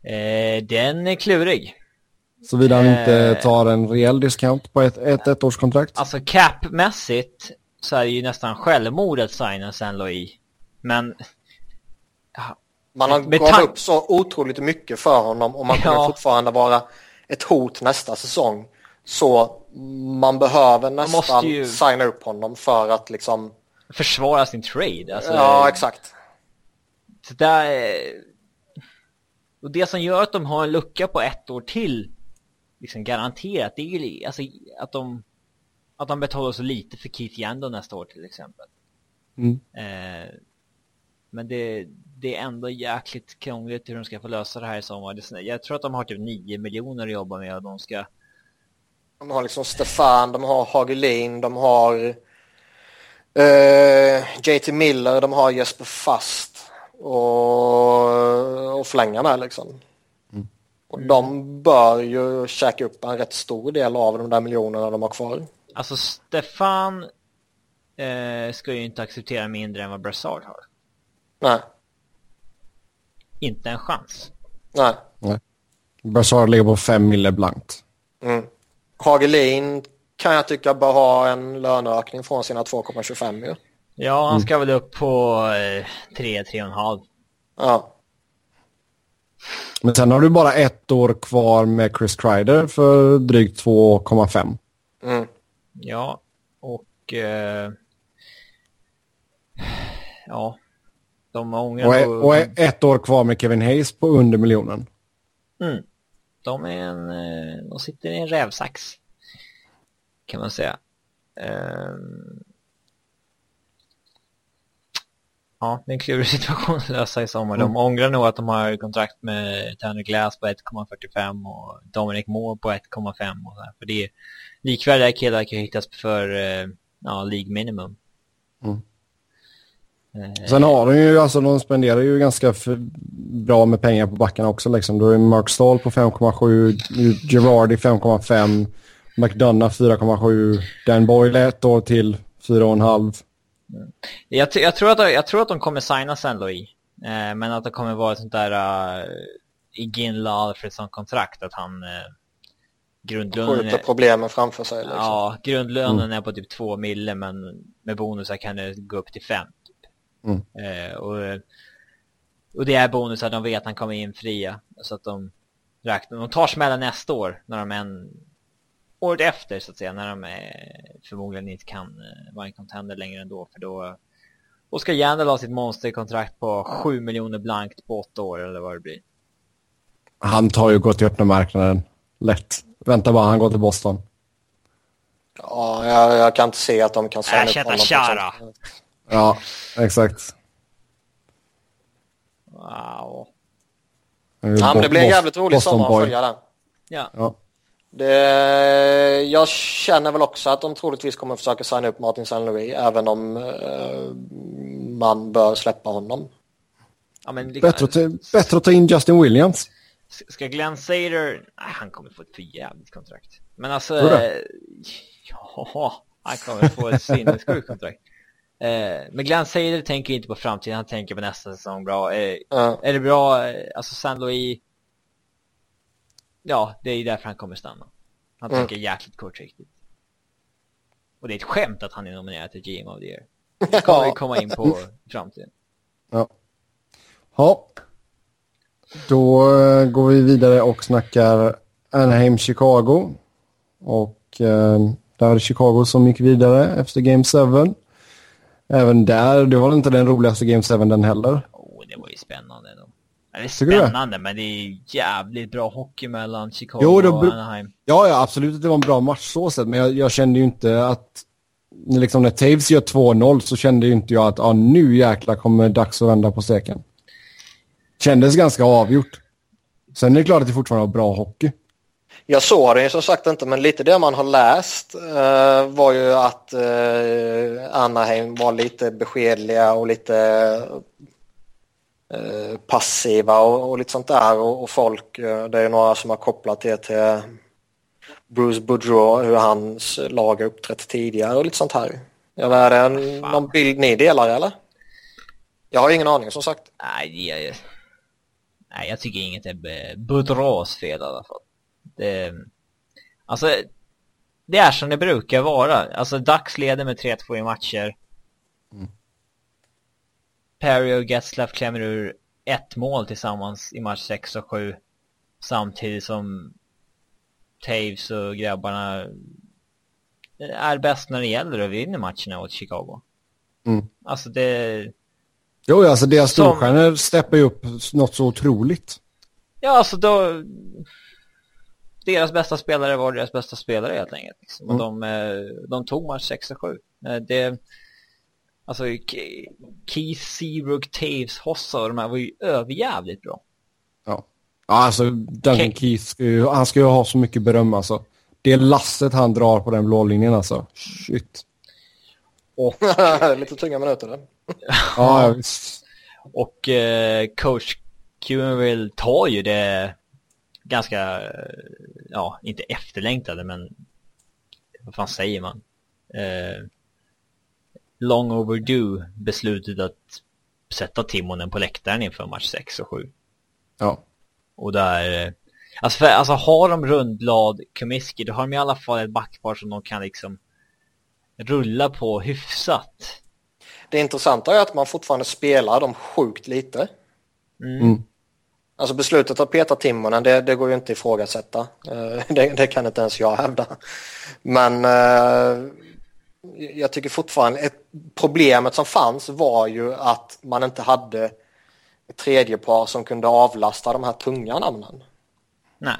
Eh, den är klurig. Såvida han inte Eh, tar en rejäl discount på ett, ett ettårskontrakt. Alltså cap-mässigt så är det ju nästan självmord att signa Saint Louis. Men ja, Man har med gav tank- upp så otroligt mycket för honom och man kommer Ja. fortfarande vara ett hot nästa säsong. Så man behöver nästan måste ju- signa upp honom för att liksom... försvara sin trade. Alltså, Ja, exakt. Så där, är- och det som gör att de har en lucka på ett år till liksom garanterat, det är ju alltså, att de att de betalar så lite för Keith Yandel nästa år till exempel. Mm. Eh, men det, det är ändå jäkligt krångligt hur de ska få lösa det här i sommar. Det, jag tror att de har typ nio miljoner att jobba med och de ska... De har liksom Stefan, de har Hagelin, de har eh, J T Miller, de har Jesper Fast och, och flänga med liksom. Mm. Och de bör ju käka upp en rätt stor del av de där miljonerna de har kvar. Alltså Stefan eh, ska ju inte acceptera mindre än vad Brassard har. Nej, Inte en chans. nej. Nej. Brassard ligger på fem mille blankt. Mm. Hagelin kan jag tycka bör ha en löneökning från sina två komma tjugofem ju. Ja, han ska väl upp på eh, tre, tre och en halv. Ja. Men sen har du bara ett år kvar med Chris Kreider för drygt två komma fem. Mm. Ja, och eh, ja, de ångrar Och, nog- och ett år kvar med Kevin Hayes på under miljonen. Mm. De är en, eh, de sitter i en rävsax kan man säga. Ehm. Ja, det är en klurig situation att lösa i sommar. De Mm. ångrar nog att de har kontrakt med Tanner Glass på ett komma fyrtiofem och Dominic Moore på ett komma fem och så här. För det är likvärdiga killar kan hittas för eh, ja, League minimum. Mm. Eh, Sen har de ju, alltså de spenderar ju ganska för, bra med pengar på backarna också liksom. Då är Mark Stahl på fem komma sju, Girardi fem komma fem, McDonough fyra komma sju, Dan Boyle ett år till fyra komma fem. Jag, jag, tror att, jag tror att de kommer signa Saint Louis. Eh, men att det kommer vara ett sånt där uh, Iginla Alfredsson-kontrakt. Att han... Uh, grundlönen Skjuter är, problemen framför sig. Liksom. ja, grundlönen Mm. är på typ två mille. Men med bonusar kan det gå upp till fem. Typ. Mm. Eh, och, och det är bonusar de vet att han kommer infria. Så att de räknar. De tar smällen nästa år. När de en... året efter så att säga, när de är, förmodligen inte kan uh, vara en contender längre ändå, för då Oskar Järnel har sitt monsterkontrakt på sju miljoner blankt på åtta år eller vad det blir. Han tar ju gått till öppna marknaden. Lätt. Vänta bara, han går till Boston. Ja, jag, jag kan inte se att de kan signa upp Ersätta honom på ett Chara. sånt- Ja, exakt. Wow. Ja, men det blir en jävligt rolig Boston sommar att boy. följa den. Ja. Ja. Det, jag känner väl också att de troligtvis kommer att försöka signa upp Martin Saint Louis, även om eh, man bör släppa honom. Ja, men liksom, Bättre, att ta- bättre att ta in Justin Williams. ska Glenn Sader, nej, han kommer få ett för jävligt kontrakt. Men alltså, Tror du? eh, ja, han kommer få ett sinnessjukt kontrakt. Eh, men Glenn Sader tänker inte på framtiden, han tänker på nästa säsong. Bra. Eh, Ja. Är det bra, eh, alltså Saint Louis, ja, det är därför han kommer stanna. Han Mm. tänker jäkligt kortsiktigt. Och det är ett skämt att han är nominerad till G M of the Year. Det kommer vi komma in på i framtiden. Ja. Ja. Då eh, går vi vidare och snackar Anaheim Chicago. Och eh, där är det Chicago som gick vidare efter Game sju. Även där, det var inte den roligaste Game sju den heller. Åh, det var ju spännande då. Eller Tycker du det? spännande, men det är jävligt bra hockey mellan Chicago Jo, då och bro- Anaheim. Ja, ja, absolut att det var en bra match så sett. Men jag, jag kände ju inte att... Liksom när Taves gör två noll så kände ju inte jag att ah, nu jäkla kommer dags att vända på steken. Kändes ganska avgjort. Sen är det klart att det fortfarande var bra hockey. Jag såg det ju som sagt inte, men lite det man har läst eh, var ju att eh, Anaheim var lite beskedliga och lite eh, passiva och, och lite sånt där. Och, och folk, eh, det är några som har kopplat det till Bruce Boudreau, hur hans lag har uppträtt tidigare och lite sånt här. Jag vet, är det en, någon bild ni delar eller? Jag har ingen aning som sagt. Nej, det är... Nej, jag tycker inget är Boudreaus fel i alla fall. Det, alltså, det är som det brukar vara. Alltså, Ducks leder med tre två i matcher. Mm. Perry och Getzlaff klämmer ur ett mål tillsammans i match sex och sju. Samtidigt som Taves och grabbarna är bäst när det gäller att vinna matcherna åt Chicago. Mm. Alltså det... Jo, alltså deras som... storstjärnor steppar ju upp något så otroligt. Ja, alltså då... Deras bästa spelare var deras bästa spelare helt enkelt. Liksom. Och mm. de, de tog match sex och sju. Det... Alltså Keith, Seabrook, Taves, Hossa och de här var ju överjävligt bra. Ja. Ja, alltså Duncan Ke- Keith ska ju, han ska ju ha så mycket beröm alltså. Det är lasset han drar på den blå linjen alltså. Shit. Och lite tunga minuter där. Ja, visst. Och eh, coach Quenneville tar ju det ganska, ja, inte efterlängtade, men vad fan säger man? Eh, long overdue beslutet att sätta Timonen på läktaren inför match sex och sju. Ja. Och där, alltså, för, alltså har de Rundblad, Comiskey, då har de i alla fall ett backpar som de kan liksom rulla på hyfsat. Det intressanta är att man fortfarande spelar dem sjukt lite. Mm. Mm. Alltså beslutet att peta Timonen, det, det går ju inte att ifrågasätta. Uh, det, det kan inte ens jag hävda. Men uh, jag tycker fortfarande ett problemet som fanns var ju att man inte hade ett tredje par som kunde avlasta de här tunga namnen. Nej.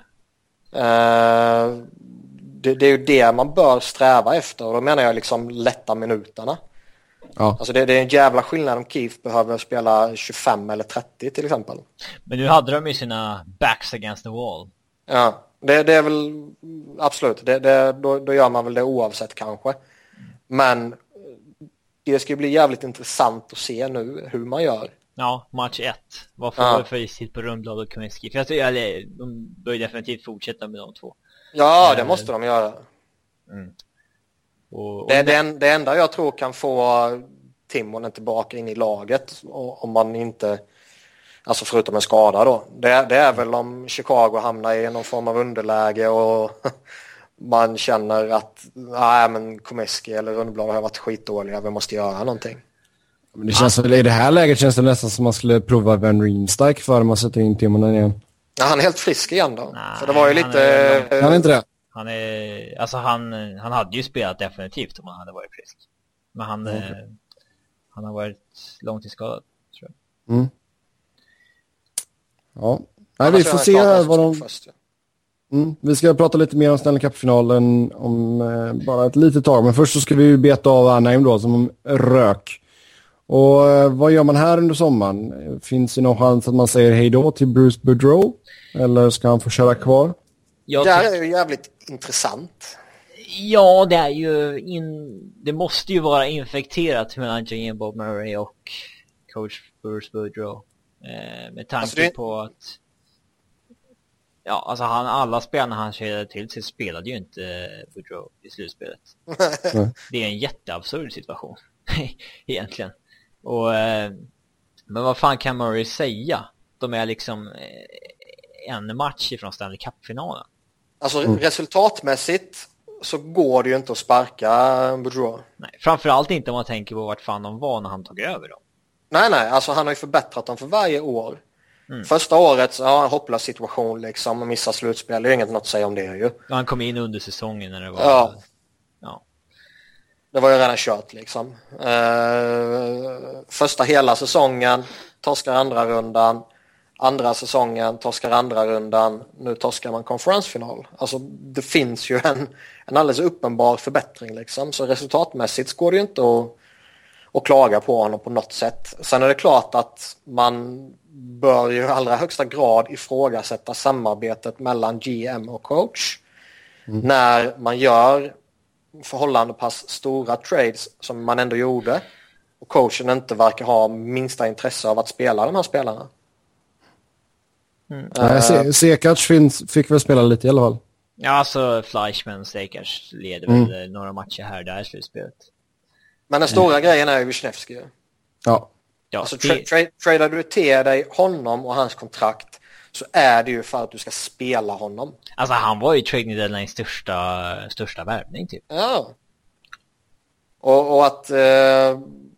Uh, det, det är ju det man bör sträva efter, och då menar jag liksom lätta minuterna. Ja. Alltså det, det är en jävla skillnad om Keith behöver spela tjugofem eller trettio till exempel. Men nu hade de ju sina backs against the wall. Ja, det, det är väl absolut. Det, det, då, då gör man väl det oavsett kanske. Men det ska bli jävligt intressant att se nu hur man gör. Ja, match ett. Vad får ja. vi för isitt på Rundblad och Comiskey? För jag tror att de bör definitivt fortsätta med de två. Ja, det måste de göra. Mm. Och, och det, det, det enda jag tror kan få Timonen tillbaka in i laget, om man inte, alltså förutom en skada då, det, det är väl om Chicago hamnar i någon form av underläge och man känner att nej, men Comiskey eller Rundblad har varit skitdåliga, vi måste göra någonting. Men det känns väl, i det här läget känns det nästan som man skulle prova Van Riemsdyk för man sätter in Timonen igen. Ja, han är helt frisk igen då. Nej, för det var ju han lite... Är, han är inte det. Han är, alltså han, han hade ju spelat definitivt om han hade varit frisk. Men han, mm. eh, han har varit långtidsskadad, tror jag. Mm. Ja, nej, vi får se här vad de... Först, ja. mm. Vi ska prata lite mer om Stanley Cup-finalen om eh, bara ett litet tag. Men först så ska vi ju beta av Anaheim då, som rök. Och eh, vad gör man här under sommaren? Finns det någon chans att man säger hej då till Bruce Boudreau? Eller ska han få köra kvar? Jag det här är ju jävligt intressant. Ja, det är ju in... det måste ju vara infekterat mellan Jane Bob Murray och coach Bruce Boudreau. Eh, med tanke alltså det... på att ja, alltså han, alla spelarna han körde till sig spelade ju inte eh, Boudreau i slutspelet. Det är en jätteabsurd situation egentligen. Och eh, men vad fan kan Murray säga? De är liksom eh, en match ifrån Stanley Cup-finalen. Alltså mm. resultatmässigt så går det ju inte att sparka Boudreau. Nej, framförallt inte om man tänker på vart fan de var när han tog över dem. Nej, nej, alltså han har ju förbättrat dem för varje år. Mm. Första året så har han en hopplös situation liksom och missar slutspel. Det är inget något att säga om det ju. Ja, han kom in under säsongen när det var... Ja. Ja. Det var ju redan kört liksom. Uh, första hela säsongen torskar andra rundan. Andra säsongen torskar andra rundan. Nu torskar man konferensfinal. Alltså det finns ju en, en alldeles uppenbar förbättring liksom. Så resultatmässigt går det ju inte att, att klaga på honom på något sätt. Sen är det klart att man bör ju i allra högsta grad ifrågasätta samarbetet mellan G M och coach. Mm. När man gör förhållande pass stora trades som man ändå gjorde. Och coachen inte verkar ha minsta intresse av att spela de här spelarna. Mm. Uh, Sekac fick väl spela lite i alla fall. Ja, alltså Fleischmann Sekac leder mm. väl några matcher här där i slutspelet. Men den stora mm. grejen är ju Wisniewski. Ja. ja alltså tra- tra- tradar du till dig honom och hans kontrakt så är det ju för att du ska spela honom. Alltså han var ju trading deadlines största, största värvning typ. Ja. Och, och att... Eh,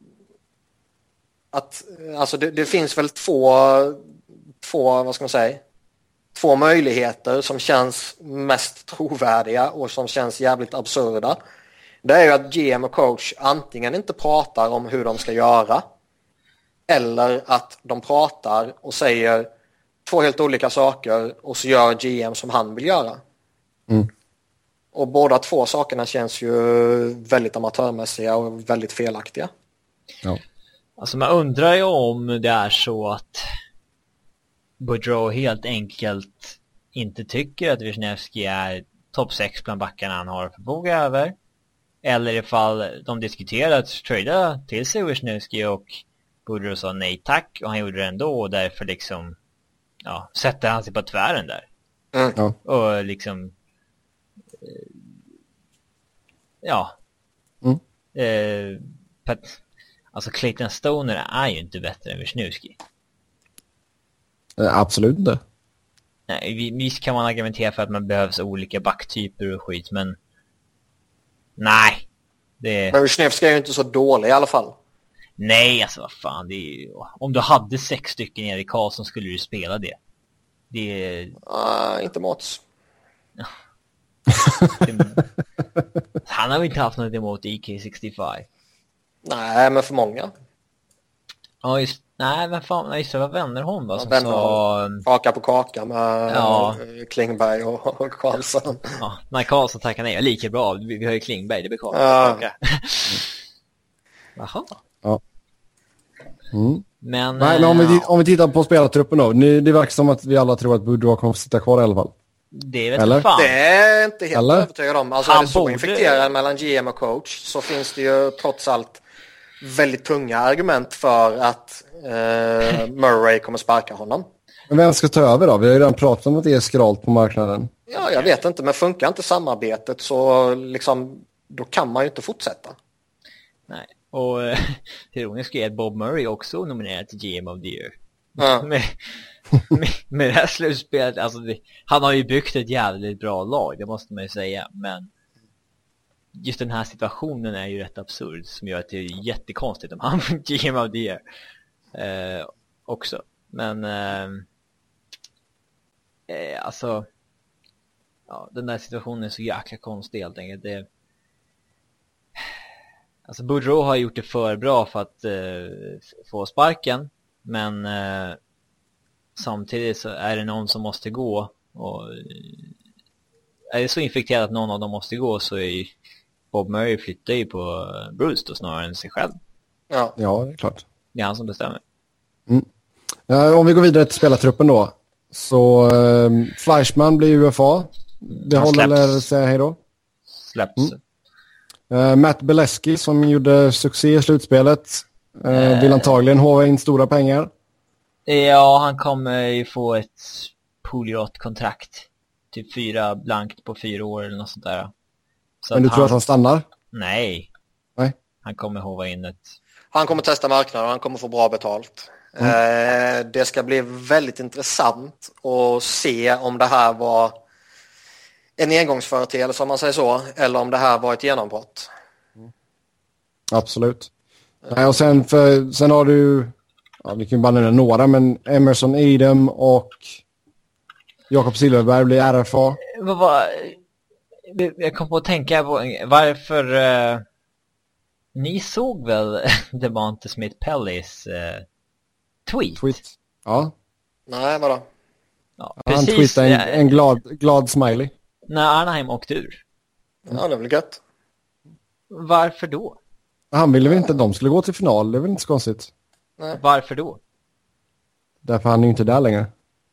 att alltså det, det finns väl två... Två, vad ska man säga? Två möjligheter som känns mest trovärdiga och som känns jävligt absurda. Det är ju att G M och coach antingen inte pratar om hur de ska göra, eller att de pratar och säger två helt olika saker och så gör G M som han vill göra. Mm. Och båda två sakerna känns ju väldigt amatörmässiga och väldigt felaktiga. Ja. Alltså man undrar ju om det är så att Boudreau helt enkelt inte tycker att Wisniewski är topp sex bland backarna han har att förfoga över. Eller ifall de diskuterade att trada till sig Wisniewski och Boudreau sa nej tack och han gjorde det ändå och därför liksom ja, sätter han sig på tvären där. Mm. Ja. Och liksom eh, ja Mm. eh, Pat, alltså Clayton Stoner är ju inte bättre än Wisniewski. Eh, absolut inte. Nej, visst kan man argumentera för att man behövs olika backtyper och skit, men nej. Det... Men Wisniewski är ju inte så dålig i alla fall. Nej, alltså vad fan. Det är ju... Om du hade sex stycken Erik Karlsson skulle du spela det. Det är... Uh, inte Mats. det... Han har ju inte haft något emot E K sextiofem. Nej, men för många. Ja, just... Nej, men fan, just det var Wennerholm va? Som Ja, sa... Kaka på kaka med Ja. Klingberg och, och Karlsson. Ja, när Karlsson tackar nej, lika bra. Vi, vi har ju Klingberg, det blir kvar. Ja. Jaha. Ja. Mm. Men... Nej, men om vi, äh, om vi tittar på spelartruppen då. Nu, det verkar som att vi alla tror att Boudreau kommer att sitta kvar i alla fall. det vet Eller? jag fan. Det är inte helt Eller? övertygad om. Alltså Han är det så borde- infekterad mellan G M och coach så finns det ju trots allt väldigt tunga argument för att eh, Murray kommer sparka honom. Men vem ska ta över då? Vi har ju redan pratat om att det är skralt på marknaden. Ja, jag vet inte, men funkar inte samarbetet så liksom, då kan man ju inte fortsätta. Nej. Och eh, det ironiska är att Bob Murray också nominerad till G M of the Year. Ja. med, med, med det här slutspelet, alltså det, han har ju byggt ett jävligt bra lag, det måste man ju säga, men just den här situationen är ju rätt absurd som gör att det är jättekonstigt om han får G M of the Year eh, också. Men eh, eh, alltså ja, den där situationen är så jäkla konstig helt enkelt. Det, alltså Boudreau har gjort det för bra för att eh, få sparken, men eh, samtidigt så är det någon som måste gå och är det så infekterat att någon av dem måste gå så är ju Bob Murray flyttar ju på Bruce då snarare än sig själv. Ja. Ja, det är klart. Det är han som bestämmer. Uh, om vi går vidare till spelartruppen då. Så uh, Fleischmann blir U F A. Behåller släpps. eller säger hej då. Släpps. Mm. Uh, Matt Beleskey som gjorde succé i slutspelet. Uh, vill antagligen håva in stora pengar. Ja, han kommer ju få ett Pouliot-kontrakt. Typ fyra blankt på fyra år eller något sånt där. Så Men du att tror att han stannar? Nej. Nej. Han kommer hova in ett... Han kommer testa marknaden och han kommer få bra betalt. Mm. Eh, det ska bli väldigt intressant att se om det här var en engångsföreteelse, om man säger så, eller om det här var ett genombrott. Absolut. Mm. Nej, och sen, för, sen har du, ja, vi kan bara nämna några, men Emerson Edem och Jakob Silverberg blir R F A. Vad var... Jag kom på att tänka på varför... Uh... Ni såg väl Devonte Smith-Pellys uh, tweet? Tweet. Ja. Nej, vadå? Ja, Han precis. tweetade en, en glad, glad smiley. När Anaheim åkte ur. Ja, det är väl gött. Varför då? Han ville väl inte att de skulle gå till final, det är väl inte så konstigt. Nej. Varför då? Därför han är ju inte där längre.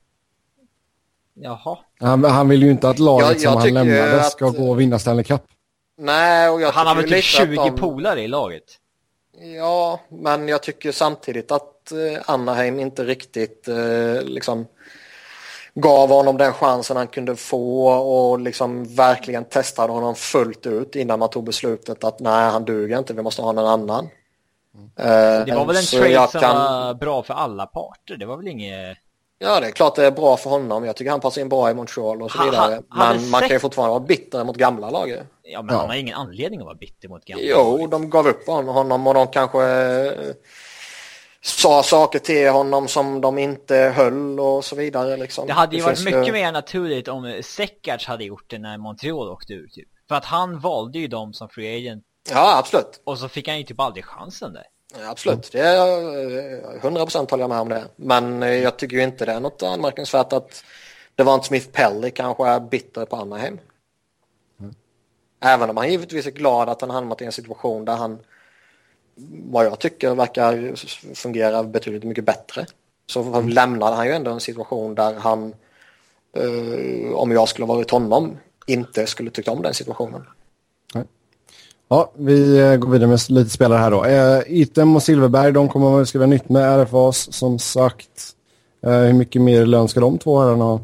Jaha. Han, han vill ju inte att laget Jag- jag som han tycker lämnade att- ska gå och vinna Stanley Cup. Nej, och jag Han har väl tycker typ lite att tjugo de- polare i laget. Ja, men jag tycker samtidigt att eh, Anaheim inte riktigt eh, liksom gav honom den chansen han kunde få och liksom verkligen testade honom fullt ut innan man tog beslutet att nej, han duger inte, vi måste ha någon annan. Mm. Det var väl en trade som var bra för alla parter. Det var väl inget... Ja, det är klart det är bra för honom. Jag tycker han passar in bra i Montreal och så vidare. Ha, ha, men man sex... kan ju fortfarande vara bitter mot gamla lager. Ja, men ja. Han har ingen anledning att vara bitter mot gamla Jo, lager. de gav upp honom och de kanske eh, sa saker till honom som de inte höll och så vidare. Liksom. Det hade ju det varit mycket ju... mer naturligt om Sekarts hade gjort det när Montreal åkte ur. Typ. För att han valde ju dem som free agent. Ja, absolut. Och så fick han ju typ aldrig chansen där. Ja, absolut, det är hundra procent håller jag med om det. Men jag tycker ju inte det är något anmärkningsvärt att det var en Smith Pelly kanske är bitter på Anaheim. Mm. Även om han givetvis är glad att han hamnat i en situation där han, vad jag tycker, verkar fungera betydligt mycket bättre. Så mm. lämnade han ju ändå en situation där han, eh, om jag skulle varit honom, inte skulle tycka om den situationen. Nej. Ja, vi går vidare med lite spelare här då. Eh, Item och Silverberg, de kommer att skriva nytt med R F As som sagt. Eh, hur mycket mer lön ska de två herrarna ha?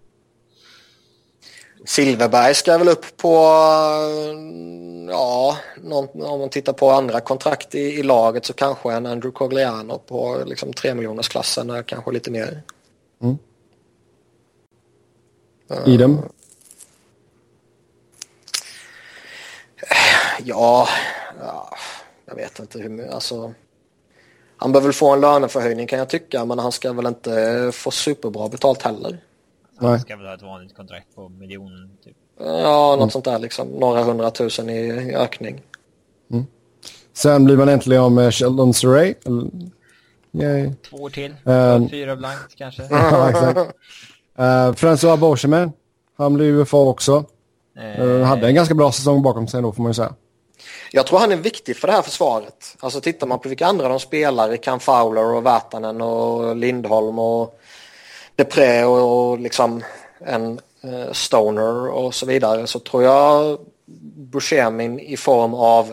Silverberg ska väl upp på, ja, någon, om man tittar på andra kontrakt i, i laget så kanske en Andrew Cogliano på liksom tre miljoners klassen är kanske lite mer. Mm. Uh, Idem? Ja, ja, jag vet inte hur, alltså han bör väl få en löneförhöjning kan jag tycka, men han ska väl inte få superbra betalt heller. Han ska väl ha ett vanligt kontrakt på miljonen typ. Ja, något mm. sånt där liksom, några hundratusen i, i ökning. Mm. Sen blir man äntligen av med Sheldon Surrey. Yay. Två år till, um, fyra blankt kanske. Ja, exakt. Uh, François Beauchemin, han blir U F A också. Uh, hade en ganska bra säsong bakom sig då får man ju säga. Jag tror han är viktig för det här försvaret. Alltså tittar man på vilka andra de spelar, Cam Fowler och Vatanen och Lindholm och Depré och, och liksom en uh, Stoner och så vidare, så tror jag Beauchemin i form av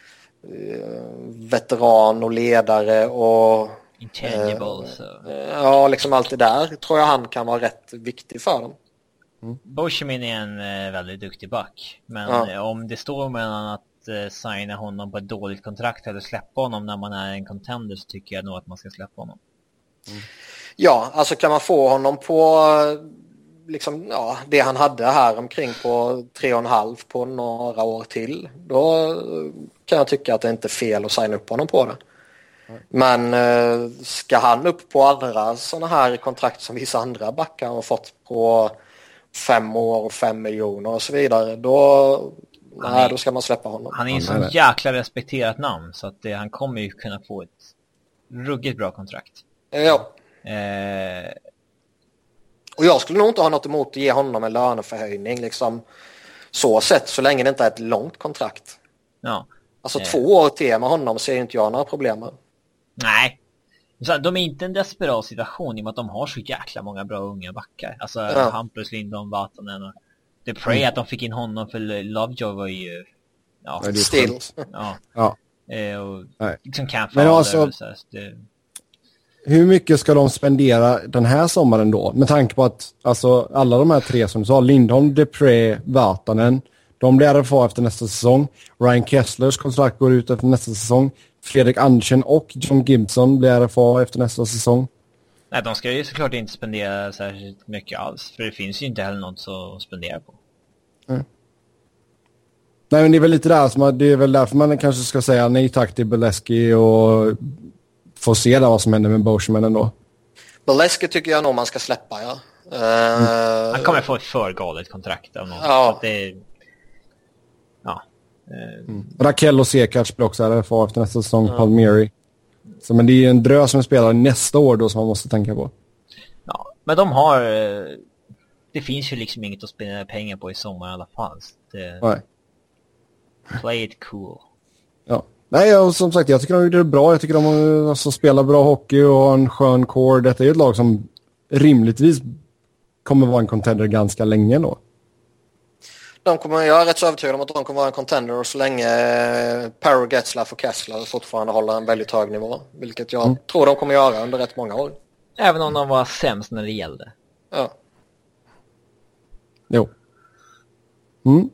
uh, veteran och ledare och intangible, uh, ja, liksom allt det där tror jag han kan vara rätt viktig för dem. Mm. Beauchemin är en uh, väldigt duktig back, men ja. uh, om det står mellan att uh, signa honom på ett dåligt kontrakt eller släppa honom när man är en contender, så tycker jag nog att man ska släppa honom. Mm. Ja, alltså kan man få honom på liksom, ja, det han hade här omkring på tre och en halv på några år till, då kan jag tycka att det inte är fel att signa upp honom på det. Mm. Men uh, ska han upp på andra sådana här kontrakt som vissa andra backar har fått på fem år och fem miljoner och så vidare, då, nej, är, då ska man släppa honom. Han är en så jäkla respekterat namn så att det, han kommer ju kunna få ett ruggigt bra kontrakt. Ja. Eh... Och jag skulle nog inte ha något emot att ge honom en löneförhöjning liksom, så sett, så länge det inte är ett långt kontrakt. Ja. Alltså eh... två år till med honom ser inte jag några problem med. Nej. Så de är inte en desperat situation i och med att de har så jäkla många bra unga backar. Alltså ja. Hampus, Lindholm, Vatanen och Depré, mm. att de fick in honom för Lovejoy var ju ja, ja, still. Ja. Ja. Eh, och Nej. liksom kan Men alltså, så här, det... hur mycket ska de spendera den här sommaren då? Med tanke på att alltså, alla de här tre som du sa, Lindholm, Depré, Vatanen, de blir R F A efter nästa säsong. Ryan Kesslers kontrakt går ut efter nästa säsong. Fredrik Andersen och John Gibson blir R F A efter nästa säsong. Nej, de ska ju såklart inte spendera särskilt mycket alls. För det finns ju inte heller något att spendera på. Mm. Nej, men det är väl lite där som man, det är väl därför man kanske ska säga nej tack till Beleskey och få se där vad som händer med Beauchemin ändå. Beleskey tycker jag nog man ska släppa, ja. Mm. Uh... Han kommer få ett för galet kontrakt av någon. Ja. Så att det ja. Mm. Rakell och Sekarts blir också R F A efter nästa säsong, ja. Palmieri. Så, men det är en drös som spelar nästa år då som man måste tänka på. Ja, men de har det finns ju liksom inget att spendera pengar på i sommar i alla fall. Det... Nej. Play it cool. Ja. Nej, och som sagt, jag tycker de gjorde det bra. Jag tycker de alltså, spelar bra hockey och har en skön core. Detta är ju ett lag som rimligtvis kommer vara en contender ganska länge då. De kommer, jag är rätt så övertygad om att de kommer vara en contender så länge Perro, Getzlaff och Kessler fortfarande håller en väldigt hög nivå. Vilket jag mm. tror de kommer göra under rätt många år. Även om de var sämst när det gällde. Ja. Jo. Mm.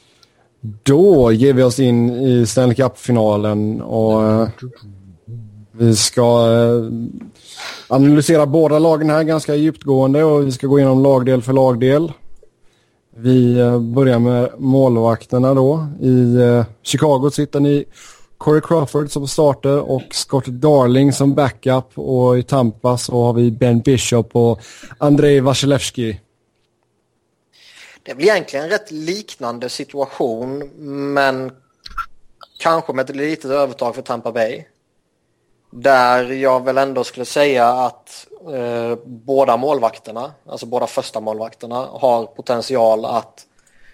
Då ger vi oss in i Stanley Cup-finalen och Vi ska eh, analysera båda lagen här ganska djupgående och vi ska gå igenom lagdel för lagdel. Vi eh, börjar med målvakterna då. I eh, Chicago sitter ni Corey Crawford som starter och Scott Darling som backup, och i Tampa så har vi Ben Bishop och Andrei Vasilevsky. Det blir egentligen en rätt liknande situation, men kanske med ett litet övertag för Tampa Bay. Där jag väl ändå skulle säga att eh, båda målvakterna, alltså båda första målvakterna, har potential att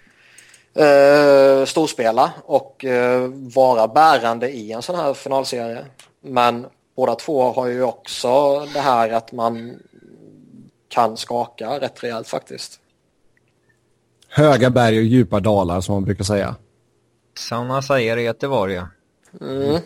eh, storspela och eh, vara bärande i en sån här finalserie. Men båda två har ju också det här att man kan skaka rätt rejält faktiskt. Höga berg och djupa dalar som man brukar säga. Såna säger det att det var det. Mm.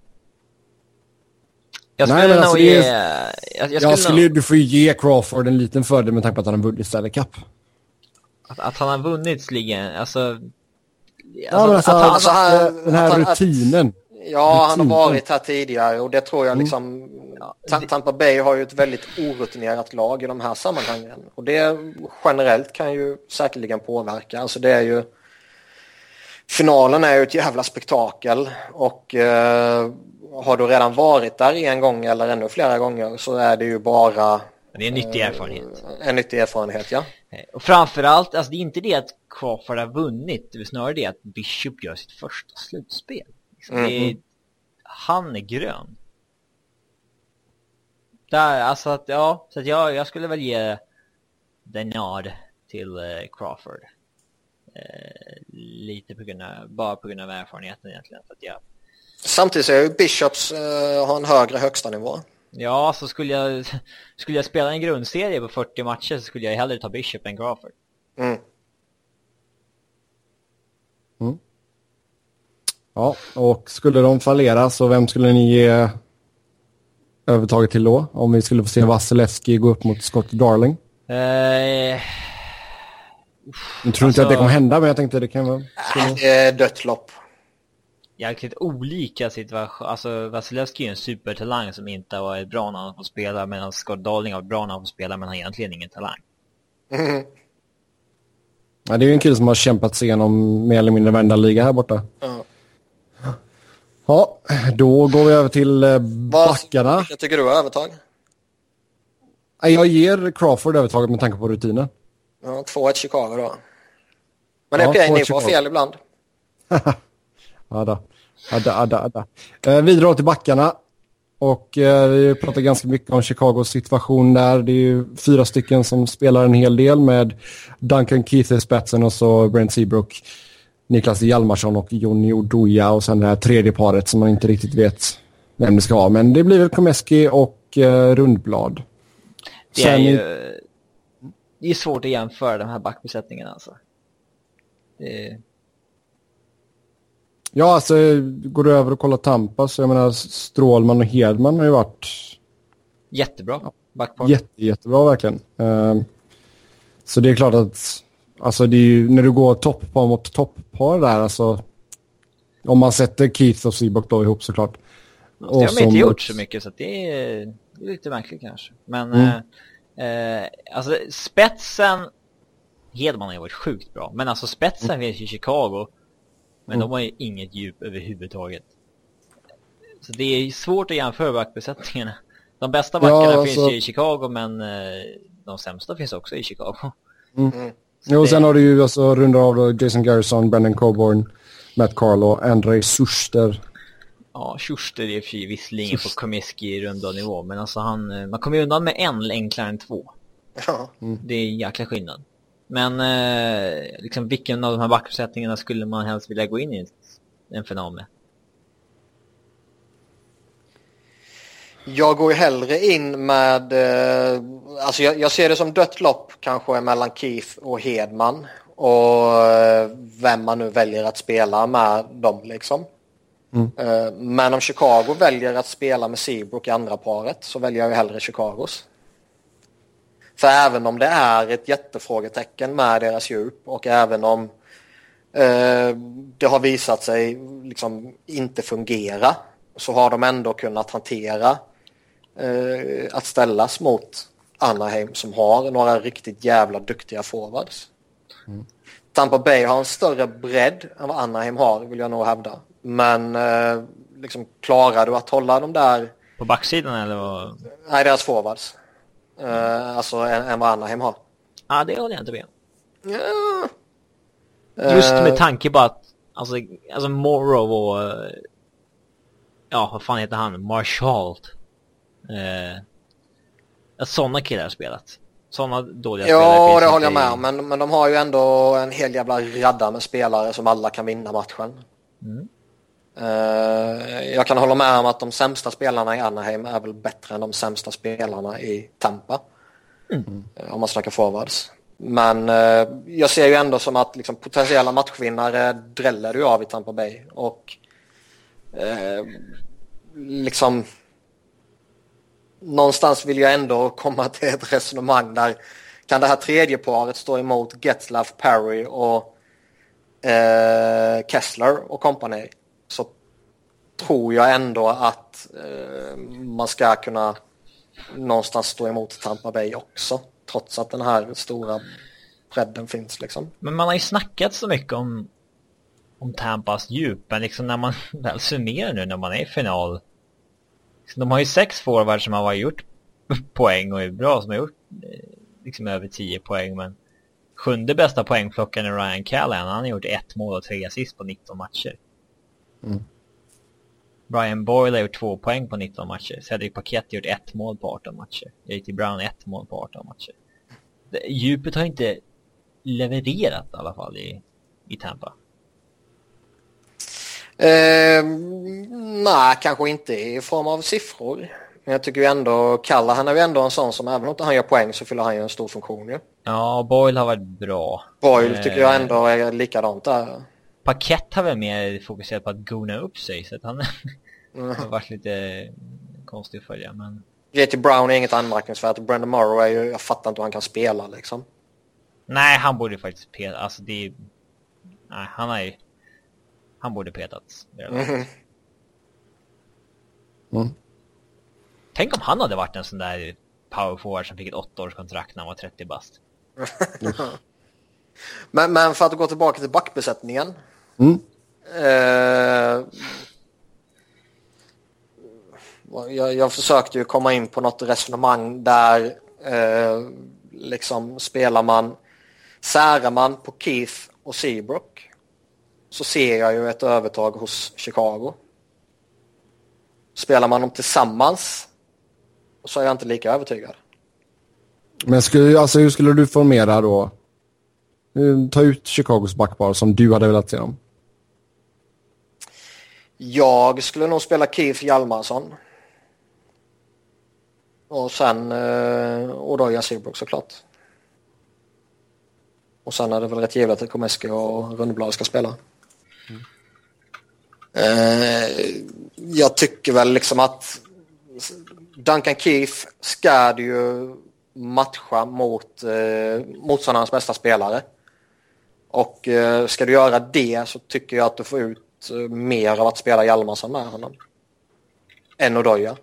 Jag skulle Nej, men nog alltså, ge... det är- Jag, jag Jag skulle skulle, nog... du får ju ge Crawford en liten fördel med tanke på att han har vunnit Stanley Cup. Att, att han har vunnit ligan, alltså... Ja, men alltså, att han- alltså, alltså, han- den här att han- att- rutinen. Ja, han har Rutinen. varit här tidigare och det tror jag liksom... Ja, Ta- det- Tampa Bay har ju ett väldigt orutinerat lag i de här sammanhangen. Och det generellt kan ju säkerligen påverka. Alltså det är ju... Finalen är ju ett jävla spektakel och eh, har du redan varit där en gång eller ännu flera gånger så är det ju bara... Det är en nyttig erfarenhet. En nyttig erfarenhet, ja. Och framförallt, alltså det är inte det att Crawford har vunnit, det är snarare det att Bishop gör sitt första slutspel. Liksom, Mm. det är, han är grön. Där, alltså att, ja, så att jag, jag skulle väl ge den nod till eh, Crawford. Eh, lite på grund av, bara på grund av erfarenheten egentligen. För att jag, Samtidigt så är ju Bishops eh, har en högre högsta nivå. ja, så skulle jag, skulle jag spela en grundserie på fyrtio matcher så skulle jag hellre ta Bishop än Crawford. Mm. Ja, och skulle de fallera så vem skulle ni ge övertaget till då? Om vi skulle få se Vasilevsky gå upp mot Scott Darling. Eh, Jag tror inte Alltså- att det kommer hända, men jag tänkte det kan vara... Äh, det är dött lopp. jäkligt olika situationer. Alltså Vasilevsky är en supertalang som inte har varit bra när han får spela, medan Scott Darling har varit bra när han får spela, men han har egentligen ingen talang. Mm. Ja, det är ju en kille som har kämpat sig igenom mer eller mindre varenda liga här borta. Ja. Ja, då går vi över till eh, backarna. Jag tycker du har övertag. Nej, Jag ger Crawford övertaget med tanke på rutinen. Ja, två ett Chicago då. Men det är Ja, okej, två ni ett får Chicago. fel ibland. Ja, då. Adda, adda, adda. Eh, vidare till backarna. Och eh, vi pratar ganska mycket om Chicagos situation där. Det är ju fyra stycken som spelar en hel del med Duncan Keith i spetsen och så Brent Seabrook, Niklas Hjalmarsson och Jonny Oduya och sen det här tredje paret som man inte riktigt vet vem det ska ha. Men det blir väl Komeski och eh, Rundblad. Det Sen är i- ju det är svårt att jämföra de här backbesättningarna alltså. Det, Ja, alltså går du över och kollar Tampa så jag menar Strålman och Hedman har ju varit jättebra backpar. jätte, jättebra verkligen. Ehm, så det är klart att alltså det är ju, när du går topppar mot topppar där, alltså om man sätter Keith och Seabrook då ihop såklart. Det har man som- inte gjort så mycket så att det är, det är lite märkligt kanske. Men Mm. eh, eh, alltså spetsen Hedman har ju varit sjukt bra. Men alltså spetsen finns ju i Chicago. Men Mm. de har ju inget djup överhuvudtaget. Så det är svårt att jämföra backbesättningarna. De bästa backarna Ja, finns alltså- ju i Chicago, men eh, de sämsta finns också i Chicago. Mm. Jo, och sen det- har du ju alltså rundar av då Jason Garrison, Brendan Coburn, Matt Carlo, Andrei Suster. Ja, Schuster är för visserligen på Komeski runda nivå, men alltså han, eh, man kommer ju undan med en enklare än två. Ja. Det är en jäkla skillnad. Men eh, liksom vilken av de här backuppsättningarna skulle man helst vilja gå in i en final med? Jag går ju hellre in med... Eh, alltså jag, jag ser det som dött lopp kanske mellan Keith och Hedman. Och eh, vem man nu väljer att spela med dem liksom. Mm. Eh, men om Chicago väljer att spela med Seabrook i andra paret så väljer jag ju hellre Chicagos. För även om det är ett jättefrågetecken med deras djup och även om eh, det har visat sig liksom inte fungera så har de ändå kunnat hantera eh, att ställas mot Anaheim som har några riktigt jävla duktiga forwards. Mm. Tampa Bay har en större bredd än vad Anaheim har, vill jag nog hävda. Men eh, liksom, klarar du att hålla dem där... På backsidan eller vad? Nej, deras forwards. Eh, alltså än, än vad Anaheim har. Ja, det håller jag inte med. Ja. Just med tanke på att alltså, alltså Morrow och ja, vad fan heter han? Marshall. Eh, att sådana killar har spelat. Sådana dåliga ja, spelare. Ja, det håller jag med om. Men, men de har ju ändå en hel jävla radda med spelare som alla kan vinna matchen. Mm. Uh, jag kan hålla med om att de sämsta spelarna i Anaheim är väl bättre än de sämsta spelarna i Tampa. Mm. Uh, om man snackar forwards. Men uh, jag ser ju ändå som att liksom, potentiella matchvinnare dräller du av i Tampa Bay. Och uh, liksom någonstans vill jag ändå komma till ett resonemang där kan det här tredje paret stå emot Getzlaf, Perry och uh, Kessler och company, så tror jag ändå att uh, man ska kunna någonstans stå emot Tampa Bay också, trots att den här stora bredden finns liksom. Men man har ju snackat så mycket om om Tampas djup, men liksom när man väl summerar nu när man är i final, de har ju sex forwards som har gjort poäng och är bra, som har gjort liksom över tio poäng, men sjunde bästa poängplockaren är Ryan Callahan. Han har gjort ett mål och tre assist på nitton matcher. Mm. Brian Boyle har gjort två poäng på nitton matcher. Cedric Paquette har gjort ett mål på arton matcher. J T Brown ett mål på arton matcher. Det, djupet har inte levererat i alla fall i, i Tampa. Eh, nej, kanske inte i form av siffror. Men jag tycker ju ändå, Kalla, han är ju ändå en sån som även om inte han gör poäng så fyller han ju en stor funktion ju. Ja, Boyle har varit bra. Boyle eh, tycker jag ändå är likadant där. Paquette har väl mer fokuserat på att gona upp sig, så att han mm. har varit lite konstig att följa. Men... J T Brown är inget anmärkningsvärt. Brendan Morrow är ju, jag fattar inte hur han kan spela liksom. Nej, han borde faktiskt peta. Alltså det är... Nej, han är ju... Han borde petats. Mm. Mm. Tänk om han hade varit en sån där power forward som fick ett åtta års kontrakt när han var trettio bast. men, men för att gå tillbaka till backbesättningen. Mm. Eh, jag, jag försökte ju komma in på något resonemang där eh, liksom spelar man, särar man på Keith och Seabrook, så ser jag ju ett övertag hos Chicago. Spelar man dem tillsammans så är jag inte lika övertygad. Men skulle, alltså, hur skulle du formera då? Ta ut Chicagos backpar som du hade velat se dem. Jag skulle nog spela Keith Hjalmarsson. Och sen och då jag Seabrook såklart. Och sen är det väl rätt givet att Komeski och Rundblad ska spela. Mm. Eh, jag tycker väl liksom att Duncan Keith ska du ju matcha mot eh, motståndarens bästa spelare. Och eh, ska du göra det så tycker jag att du får ut eh, mer av att spela Hjalmarsson med honom än Odoja.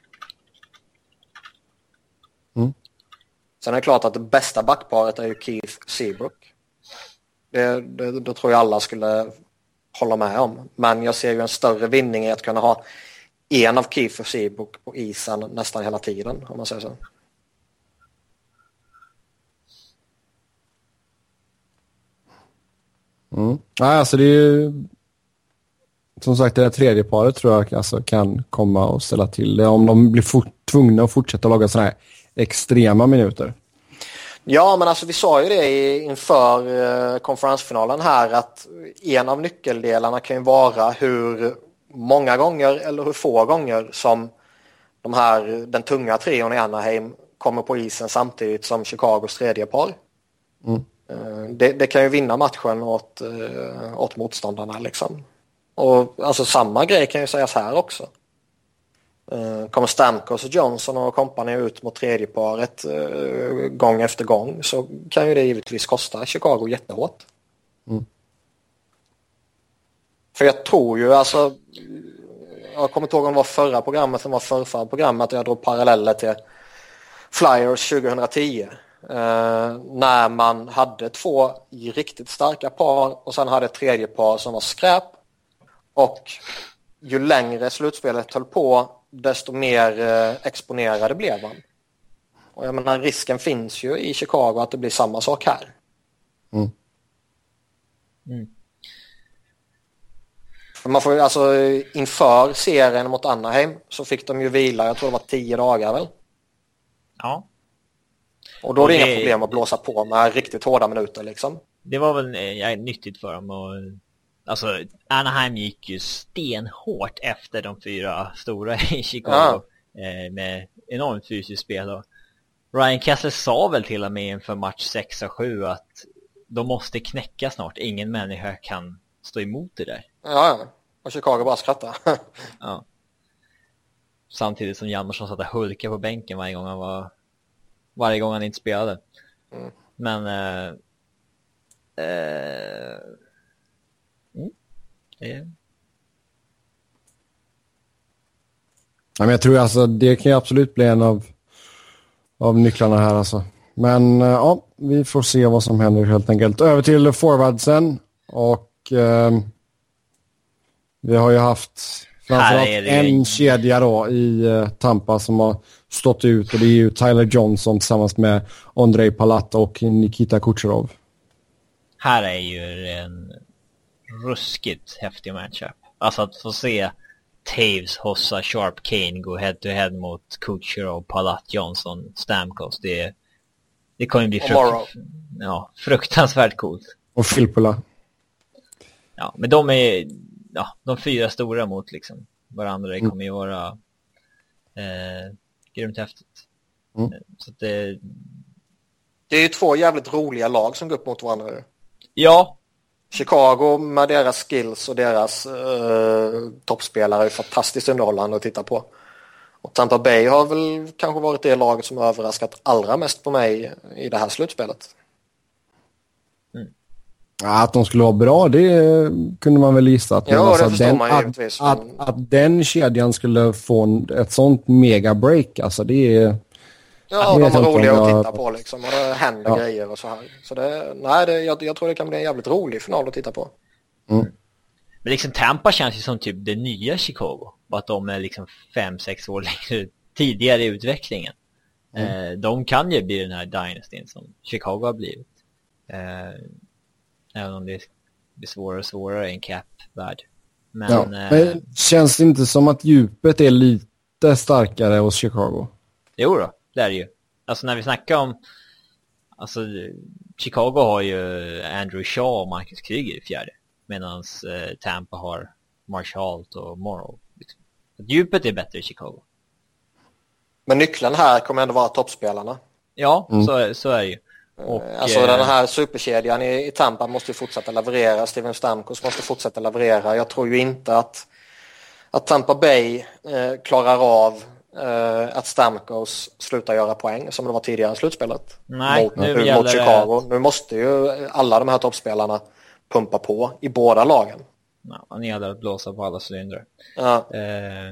Mm. Sen är det klart att det bästa backparet är ju Keith Seabrook. Det, det, det tror jag alla skulle hålla med om. Men jag ser ju en större vinning i att kunna ha en av Keith och Seabrook på isen nästan hela tiden, om man säger så. Mm. Ja, alltså det är ju som sagt det där tredje paret tror jag alltså kan komma och ställa till det om de blir fort, tvungna att fortsätta laga sådana här extrema minuter. Ja, men alltså vi sa ju det inför eh, konferensfinalen här att en av nyckeldelarna kan ju vara hur många gånger eller hur få gånger som de här, den tunga trion i Anaheim kommer på isen samtidigt som Chicagos tredje par. Mm. Det, det kan ju vinna matchen åt, åt motståndarna liksom. Och alltså samma grej kan ju sägas här också. Kommer Stamkos och Johnson och kompani ut mot tredje paret gång efter gång så kan ju det givetvis kosta Chicago jättehårt. Mm. För jag tror ju alltså jag kommer inte ihåg om det var förra programmet som var förra programmet och jag drog paralleller till Flyers tjugohundratio. Uh, när man hade två riktigt starka par och sen hade ett tredje par som var skräp. Och ju längre slutspelet höll på, desto mer uh, exponerade blev man. Och jag menar, risken finns ju i Chicago att det blir samma sak här. Mm. Mm. Man får ju, alltså, inför serien mot Anaheim så fick de ju vila, jag tror det var tio dagar väl? Ja. Och då är det, Och det inga problem att blåsa på med riktigt hårda minuter liksom. Det var väl ja, nyttigt för dem. Och, alltså, Anaheim gick ju stenhårt efter de fyra stora i Chicago. Ja. Eh, med enormt fysiskt spel. Och Ryan Kessler sa väl till och med inför match sex och sju att de måste knäcka snart. Ingen människa kan stå emot det där. Ja, och Chicago bara skrattar. Ja. Samtidigt som Hjalmarsson satt och hulka på bänken varje gång han var varje gång han inte spelade. Mm. Men eh, eh, mm, eh. Ja, men jag tror alltså det kan ju absolut bli en av av nycklarna här alltså. Men eh, ja, vi får se vad som händer helt enkelt. Över till forwardsen och eh, vi har ju haft framförallt en kedja då i uh, Tampa som har stått ut och det är ju Tyler Johnson tillsammans med Andrei Palat och Nikita Kucherov. Här är ju en ruskigt häftig matchup. Alltså att få se Taves, Hossa, Sharp, Kane gå head to head mot Kucherov, Palat, Johnson, Stamkos. Det, det kommer ju bli frukt, ja, fruktansvärt coolt. Och Filppula. Ja, men de är ja, de fyra stora mot liksom varandra. Det kommer ju vara eh, grymt häftigt. Mm. Så att det... det är ju två jävligt roliga lag som går upp mot varandra. Ja. Chicago med deras skills och deras eh, toppspelare är fantastiskt underhållande att titta på. Och Tampa Bay har väl kanske varit det laget som har överraskat allra mest på mig i det här slutspelet. Mm. Ja, att de skulle vara bra, det kunde man väl gissa. Att, ja, alltså, det förstår den, man givetvis. Att, att, att den kedjan skulle få en, ett sånt mega break, alltså det är... Ja, de var roliga att titta på liksom. Och det händer ja. grejer och så här. Så det, nej, det, jag, jag tror det kan bli en jävligt rolig final att titta på. Mm. Men liksom Tampa känns ju som typ det nya Chicago. Bara att de är liksom fem, sex år längre tidigare i utvecklingen. Mm. Eh, de kan ju bli den här dynastin som Chicago har blivit. Eh, även om det blir svårare och svårare i en cap-värld. Men, ja. eh, Men känns det inte som att djupet är lite starkare hos Chicago? Jo då, det är det ju. Alltså när vi snackar om... Alltså Chicago har ju Andrew Shaw och Marcus Kryger i fjärde. Medan eh, Tampa har Marshall och Morrow. Liksom. Djupet är bättre i Chicago. Men nyckeln här kommer ändå vara toppspelarna. Ja, mm. så, så är det ju. Och, alltså eh, den här superkedjan i, i Tampa måste fortsätta leverera. Steven Stamkos måste fortsätta leverera. Jag tror ju inte att, att Tampa Bay eh, klarar av eh, att Stamkos slutar göra poäng som det var tidigare i slutspelet. Nej, mot, nu mot, gäller mot Chicago. Det... Nu måste ju alla de här toppspelarna pumpa på i båda lagen. Ja, han gäller att blåsa på alla cylindrar. Ja. Eh,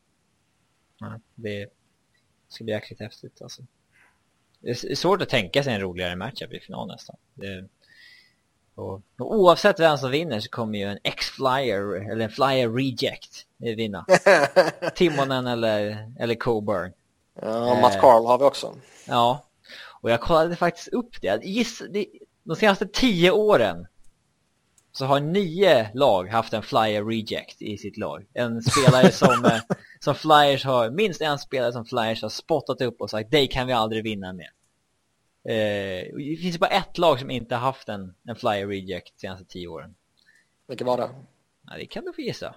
ja, det ska bli jäkligt häftigt alltså. Det är svårt att tänka sig en roligare matchup i final nästan. Det, och, och oavsett vem som vinner så kommer ju en X-Flyer eller en Flyer Reject vinna. Timonen eller, eller Coburn. Ja, Matt eh, Carl har vi också. Ja, och jag kollade faktiskt upp det. Giss, det de senaste tio åren så har nio lag haft en Flyer Reject i sitt lag. En spelare som, eh, som Flyers har, minst en spelare som Flyers har spottat upp och sagt, det kan vi aldrig vinna med. Eh, det finns bara ett lag som inte har haft en, en Flyer Reject de senaste tio åren. Vilket var det? Ja, det kan du få gissa.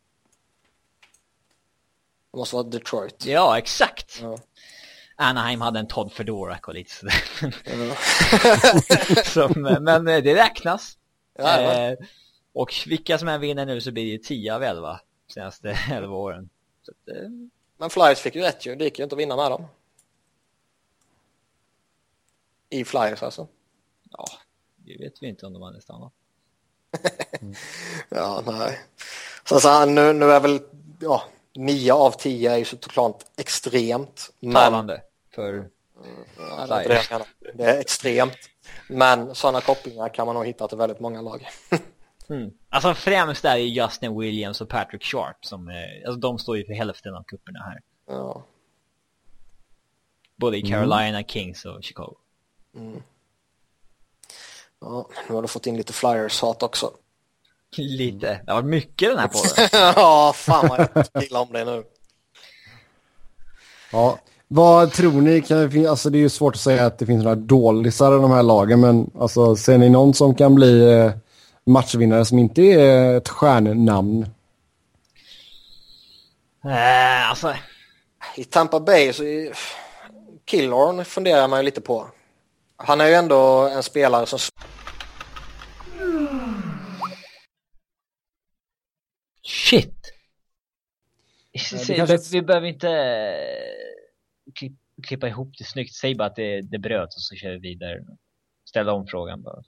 Det måste vara Detroit. Ja, exakt. Ja. Anaheim hade en Todd Fedoruk och lite sådär. Ja. som, men det räknas. Ja, eh, och vilka som än vinner nu så blir det tio av elva senaste elva åren. Så att, eh. Men Flyers fick ju rätt ju. Det gick ju inte att vinna med dem. I Flyers alltså. Ja, det vet vi inte om de hade stannat. mm. Ja, nej. Så, så nu, nu är väl ja, nio av tio är ju såklart extremt. Men, Talande för... ja, det, är det, jag menar. Det är extremt. Men sådana kopplingar kan man nog hitta till väldigt många lag. Mm. Alltså främst är det Justin Williams och Patrick Sharp som är, alltså de står ju för hälften av kupperna här. Ja. Både i Carolina, mm. Kings och Chicago. Mm. Ja, nu har du fått in lite Flyers-hat också. Lite. Det har varit mycket den här podden. Ja, fan vad jag gillar om det nu. Ja, vad tror ni? Kan det, alltså det är ju svårt att säga att det finns några dålisar i de här lagen, men alltså, ser ni någon som kan bli eh, matchvinnare som inte är ett stjärnnamn? Äh, alltså... I Tampa Bay så är... Killorn funderar man ju lite på. Han är ju ändå en spelare som... Shit! Ja, Se, kanske... vi, vi behöver inte klipp, klippa ihop det snyggt. Säg bara att det, det bröt och så kör vi vidare. Ställa om frågan bara.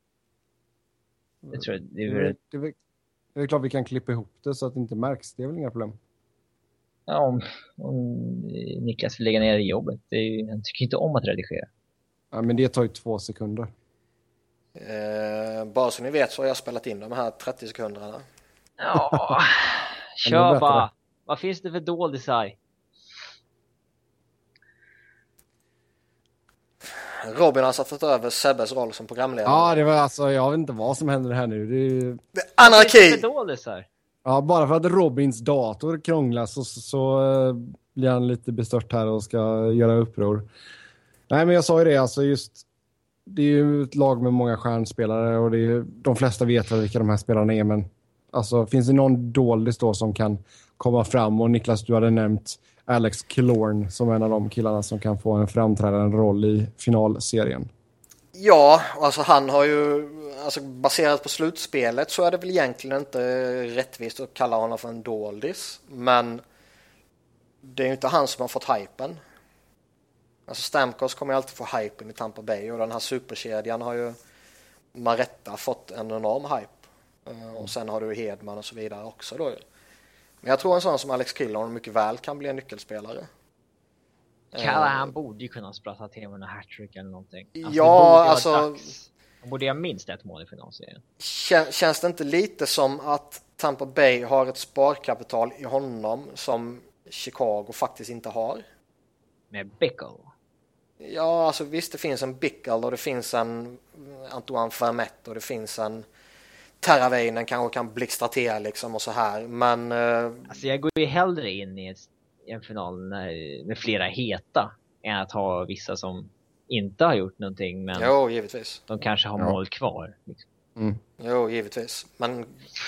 Jag tror det är, det, är, det, är, det är klart vi kan klippa ihop det så att det inte märks. Det är väl inga problem. Ja, om, om Niklas vill lägga ner i jobbet. Det är, han tycker inte om att redigera. Ja, men det tar ju två sekunder. Eh, bara så ni vet så har jag spelat in de här trettio sekunderna. Ja, kör bara. Vad finns det för doldisar? Robin har satt över Sebbes roll som programledare. Ja, det var alltså, jag vet inte vad som händer här nu. Det är... det är anarki! För doldisar? Ja, bara för att Robins dator krånglas så, så, så uh, blir han lite bestört här och ska göra uppror. Nej, men jag sa ju det, alltså just det är ju ett lag med många stjärnspelare och det är, de flesta vet väl vilka de här spelarna är, men alltså finns det någon doldis då som kan komma fram? Och Niklas, du hade nämnt Alex Killorn som en av de killarna som kan få en framträdande roll i finalserien. Ja, alltså han har ju, alltså baserat på slutspelet så är det väl egentligen inte rättvist att kalla honom för en doldis, men det är ju inte han som har fått hypen. Alltså Stamkos kommer ju alltid få hypen i Tampa Bay och den här superkedjan har ju Maretta fått en enorm hype. Och sen har du Hedman och så vidare också då. Men jag tror en sån som Alex Killorn mycket väl kan bli en nyckelspelare. Kalla, han borde ju kunna spratta till med en hattrick eller någonting. Alltså, ja, alltså... Han borde ha minst ett mål i finalserien. Kän, känns det inte lite som att Tampa Bay har ett sparkapital i honom som Chicago faktiskt inte har? Med Bickle? Ja, alltså visst det finns en Bickle och det finns en Antoine Vermette och det finns en Teravainen kanske kan blixtra till liksom och så här, men... Uh... Alltså jag går ju hellre in i en final när, med flera heta än att ha vissa som inte har gjort någonting, men jo, givetvis. De kanske har ja. mål kvar. Liksom. Mm. Jo, givetvis. Men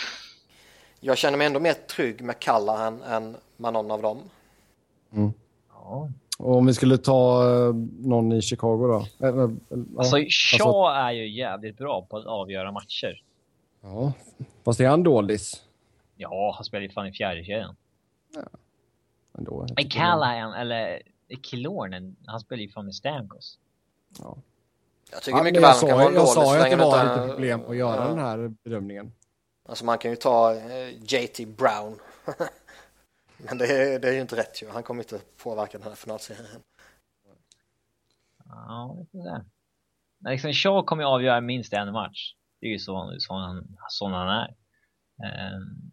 jag känner mig ändå mer trygg med Callahan än med någon av dem. Mm. Ja. Och om vi skulle ta uh, någon i Chicago då? Äh, äh, alltså, ja. Shaw alltså... är ju jävligt bra på att avgöra matcher. Ja, fast är han dålis? Ja, han spelar ju fan i fjärde kedjan. Ja. Ändå. Men Callahan, eller Killorn, han spelar ju fan med Stamkos. Ja. Jag tycker ja, mycket väl han kan vara jag dålig. Jag sa ju att det var utan... lite problem att göra ja. den här bedömningen. Alltså man kan ju ta uh, J T Brown. Men det är, det är ju inte rätt ju. Han kommer inte påverka den här finalserien. Ja, det är det. Men liksom Shaw kommer ju avgöra minst en match. Det är ju så, så, han, så han är. Um,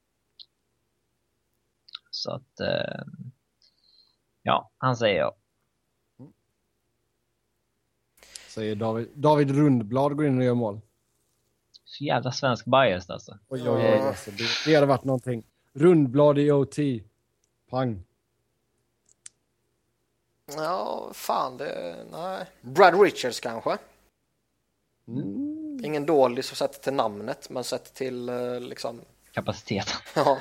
så att um, ja, han säger jag. Säger David, David Rundblad går in och gör mål. Så jävla svensk bias alltså. Oj, oj, oj, alltså. Det, det hade varit någonting. Rundblad i O T. Pang. Ja, fan det... Nej. Brad Richards kanske. Mm. Ingen dålig så sett till namnet, men sett till liksom... kapaciteten. Ja.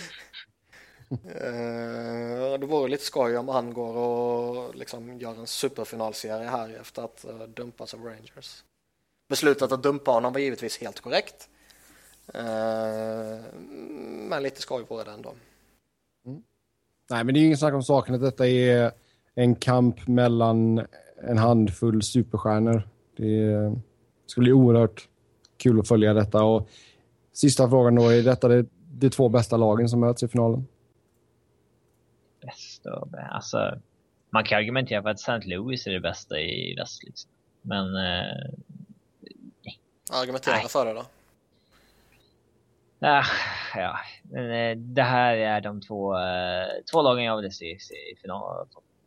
uh, det vore lite skoj om han går och liksom gör en superfinalserie här efter att uh, dumpas av Rangers. Beslutet att dumpa honom var givetvis helt korrekt. Uh, men lite skoj på det ändå. Mm. Nej, men det är ju ingen snack om saken att detta är en kamp mellan en handfull superstjärnor. Det är, skulle bli oerhört kul att följa detta. Och sista frågan då, är detta det, de två bästa lagen som möts i finalen? Bästa och bästa. Alltså, man kan argumentera för att Saint Louis är det bästa i väst liksom. Men eh, Argumentera nej. för det då. Ah, ja, men eh, det här är de två, eh, två lagen jag vill se, se i final.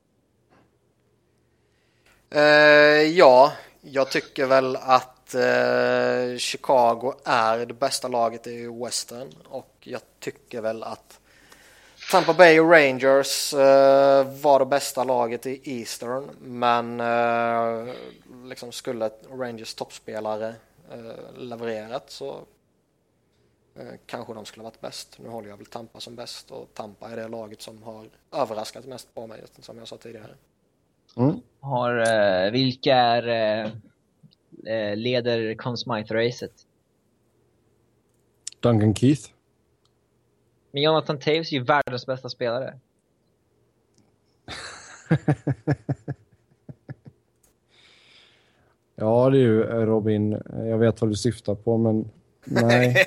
Eh, ja, jag tycker väl att eh, Chicago är det bästa laget i Western och jag tycker väl att Tampa Bay och Rangers eh, var det bästa laget i Eastern, men eh, liksom skulle Rangers toppspelare eh, levererat så eh, kanske de skulle varit bäst. Nu håller jag väl Tampa som bäst och Tampa är det laget som har överraskat mest på mig, som jag sa tidigare. Mm. Har, eh, vilka är eh, leder Conn Smythe-racet? Duncan Keith. Men Jonathan Taves är ju världens bästa spelare. Ja, det är ju Robin. Jag vet vad du syftar på, men nej.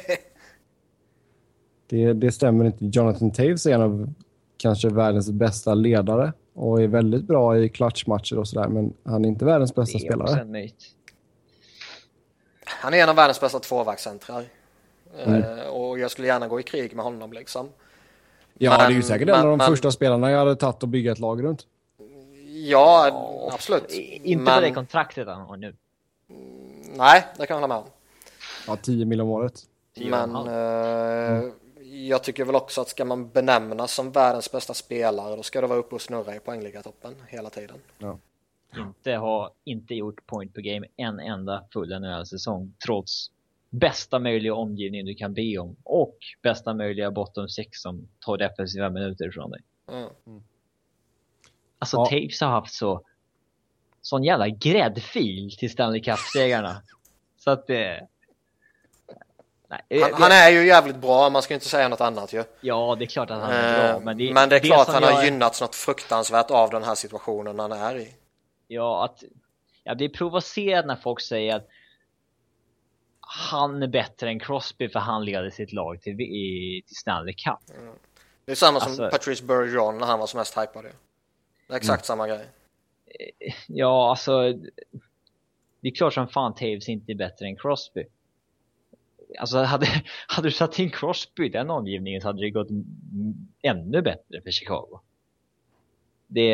det, det stämmer inte. Jonathan Taves är en av kanske världens bästa ledare och är väldigt bra i clutchmatcher och sådär, men han är inte världens bästa Det är spelare. också en myt. Han är en av världens bästa tvåvägscentrar. Mm. Eh, och jag skulle gärna gå i krig med honom liksom. Ja, Men- det är ju säkert en men- av de men- första spelarna jag hade tagit och bygga ett lag runt. Ja, absolut. I- Inte Men- på det kontraktet han har nu. Nej, det kan jag hålla med om. Ja, tio mil om året. Tio och Men en halv. eh, jag tycker väl också att ska man benämnas som världens bästa spelare, då ska det vara uppe och snurra i poängliga-toppen hela tiden. Ja. Inte har inte gjort point per game en enda full N H L-säsong trots bästa möjliga omgivning du kan be om och bästa möjliga bottom six som tar defensiva minuter från dig. Mm. Alltså Ja. Taves har haft så sån jävla gräddfil till Stanley Cup-segrarna. Så att det... Nej, Han, han är ju jävligt bra, man ska inte säga något annat ju. Ja, det är klart att han är bra. Eh, Men det, men det är klart som han jag har är- gynnats något fruktansvärt av den här situationen han är i. Ja, att jag blir provocerad när folk säger att han är bättre än Crosby för han ledde sitt lag till, i, till Stanley Cup. Det är samma som Alltså- Patrice Bergeron när han var som mest hypad. ju. Det är exakt Mm. samma grej. Ja, alltså det är klart som fan Taves inte är bättre än Crosby. Alltså hade, hade du satt in Crosby i den omgivningen så hade det gått m- ännu bättre för Chicago. Det,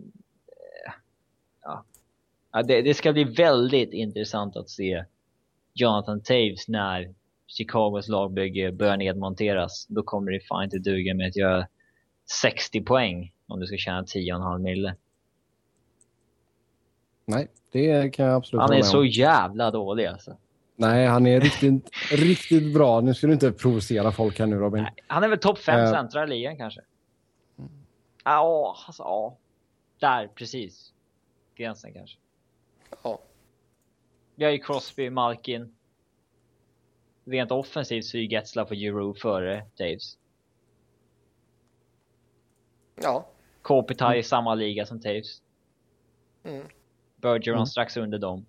ja. Ja, det, det ska bli väldigt intressant att se Jonathan Taves när Chicagos lagbygge börjar nedmonteras. Då kommer det fan inte duga med att göra sextio poäng om du ska tjäna tio komma fem mille. Nej, det kan jag absolut Han hålla är med så om. jävla dålig alltså. Nej, han är riktigt, riktigt bra. Nu ska du inte provocera folk här nu, Robin. Nej, han är väl topp fem Eh. centrar i ligan kanske. Ja, alltså ja. Där, precis. Gränsen kanske. Ja. Vi har ju Crosby, Malkin. Rent offensivt så är ju Getzlaff och Giroux före Taves. Ja. Kopitar i samma liga som Taves. Mm. Bergeron Mm. strax under dem.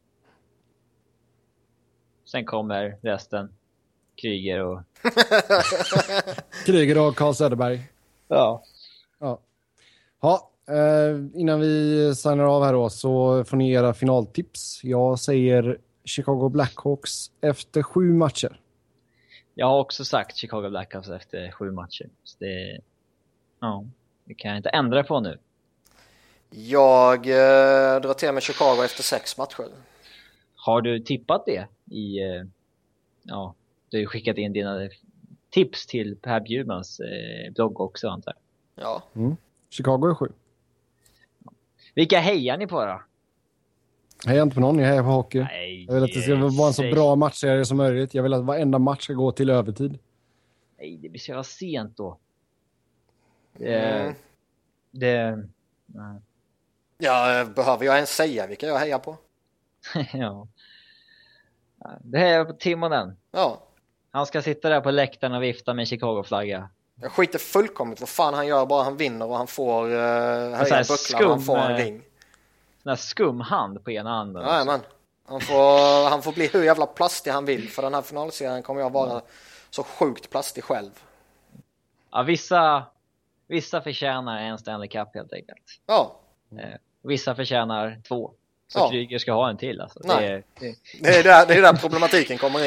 Sen kommer resten. Kryger och... Kryger och Carl Söderberg. Ja. Ja. Ja, eh, innan vi signar av här då så får ni era finaltips. Jag säger Chicago Blackhawks efter sju matcher. Jag har också sagt Chicago Blackhawks efter sju matcher. Så det... Ja. Det kan jag inte ändra på nu. Jag eh, drar till med Chicago efter sex matcher. Har du tippat det i... Eh, ja, du har ju skickat in dina tips till Per Bjurmans eh, blogg också, antar jag. Ja. Chicago är sju. Vilka hejar ni på då? Jag hejar inte på någon, jag hejar på hockey. Nej, Jag vill att det ska vara en så säg- bra matchserie som möjligt. Jag vill att varenda match ska gå till övertid. Nej, det blir så jävla sent då. Det... Mm. det nej. Ja, eh, behöver jag ens säga vilka jag hejar på? Ja. Det här är på Timonen. Ja. Han ska sitta där på läktaren och vifta med Chicago-flagga. Jag skiter fullkomligt vad fan han gör, bara han vinner och han får uh, höja så här bucklan och han skum, får en eh, ring. Sån här skum hand på ena handen. Ja, men han får, han får bli hur jävla plastig han vill, för den här finalserien kommer jag vara så sjukt plastig själv. Ja, vissa vissa förtjänar en Stanley Cup helt enkelt. Ja. Eh, vissa förtjänar två. Så Ja. Kryger ska ha en till. Alltså. Det Nej. är, det... Det är där, det är där problematiken kommer in.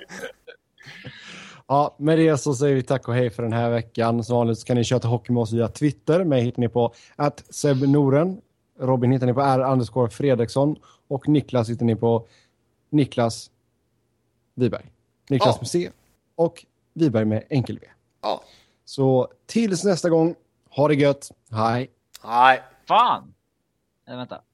Ja, med det så säger vi tack och hej för den här veckan. Som vanligt så kan ni köta hockey med oss via Twitter. Mig hittar ni på at Seb Noren. Robin hittar ni på R underscore Fredriksson. Och Niklas hittar ni på Niklas Wiberg. Niklas Ja. med C och Wiberg med enkel V. Ja. Så tills nästa gång, ha det gött. Hej. Nej. Fan! Äh, vänta.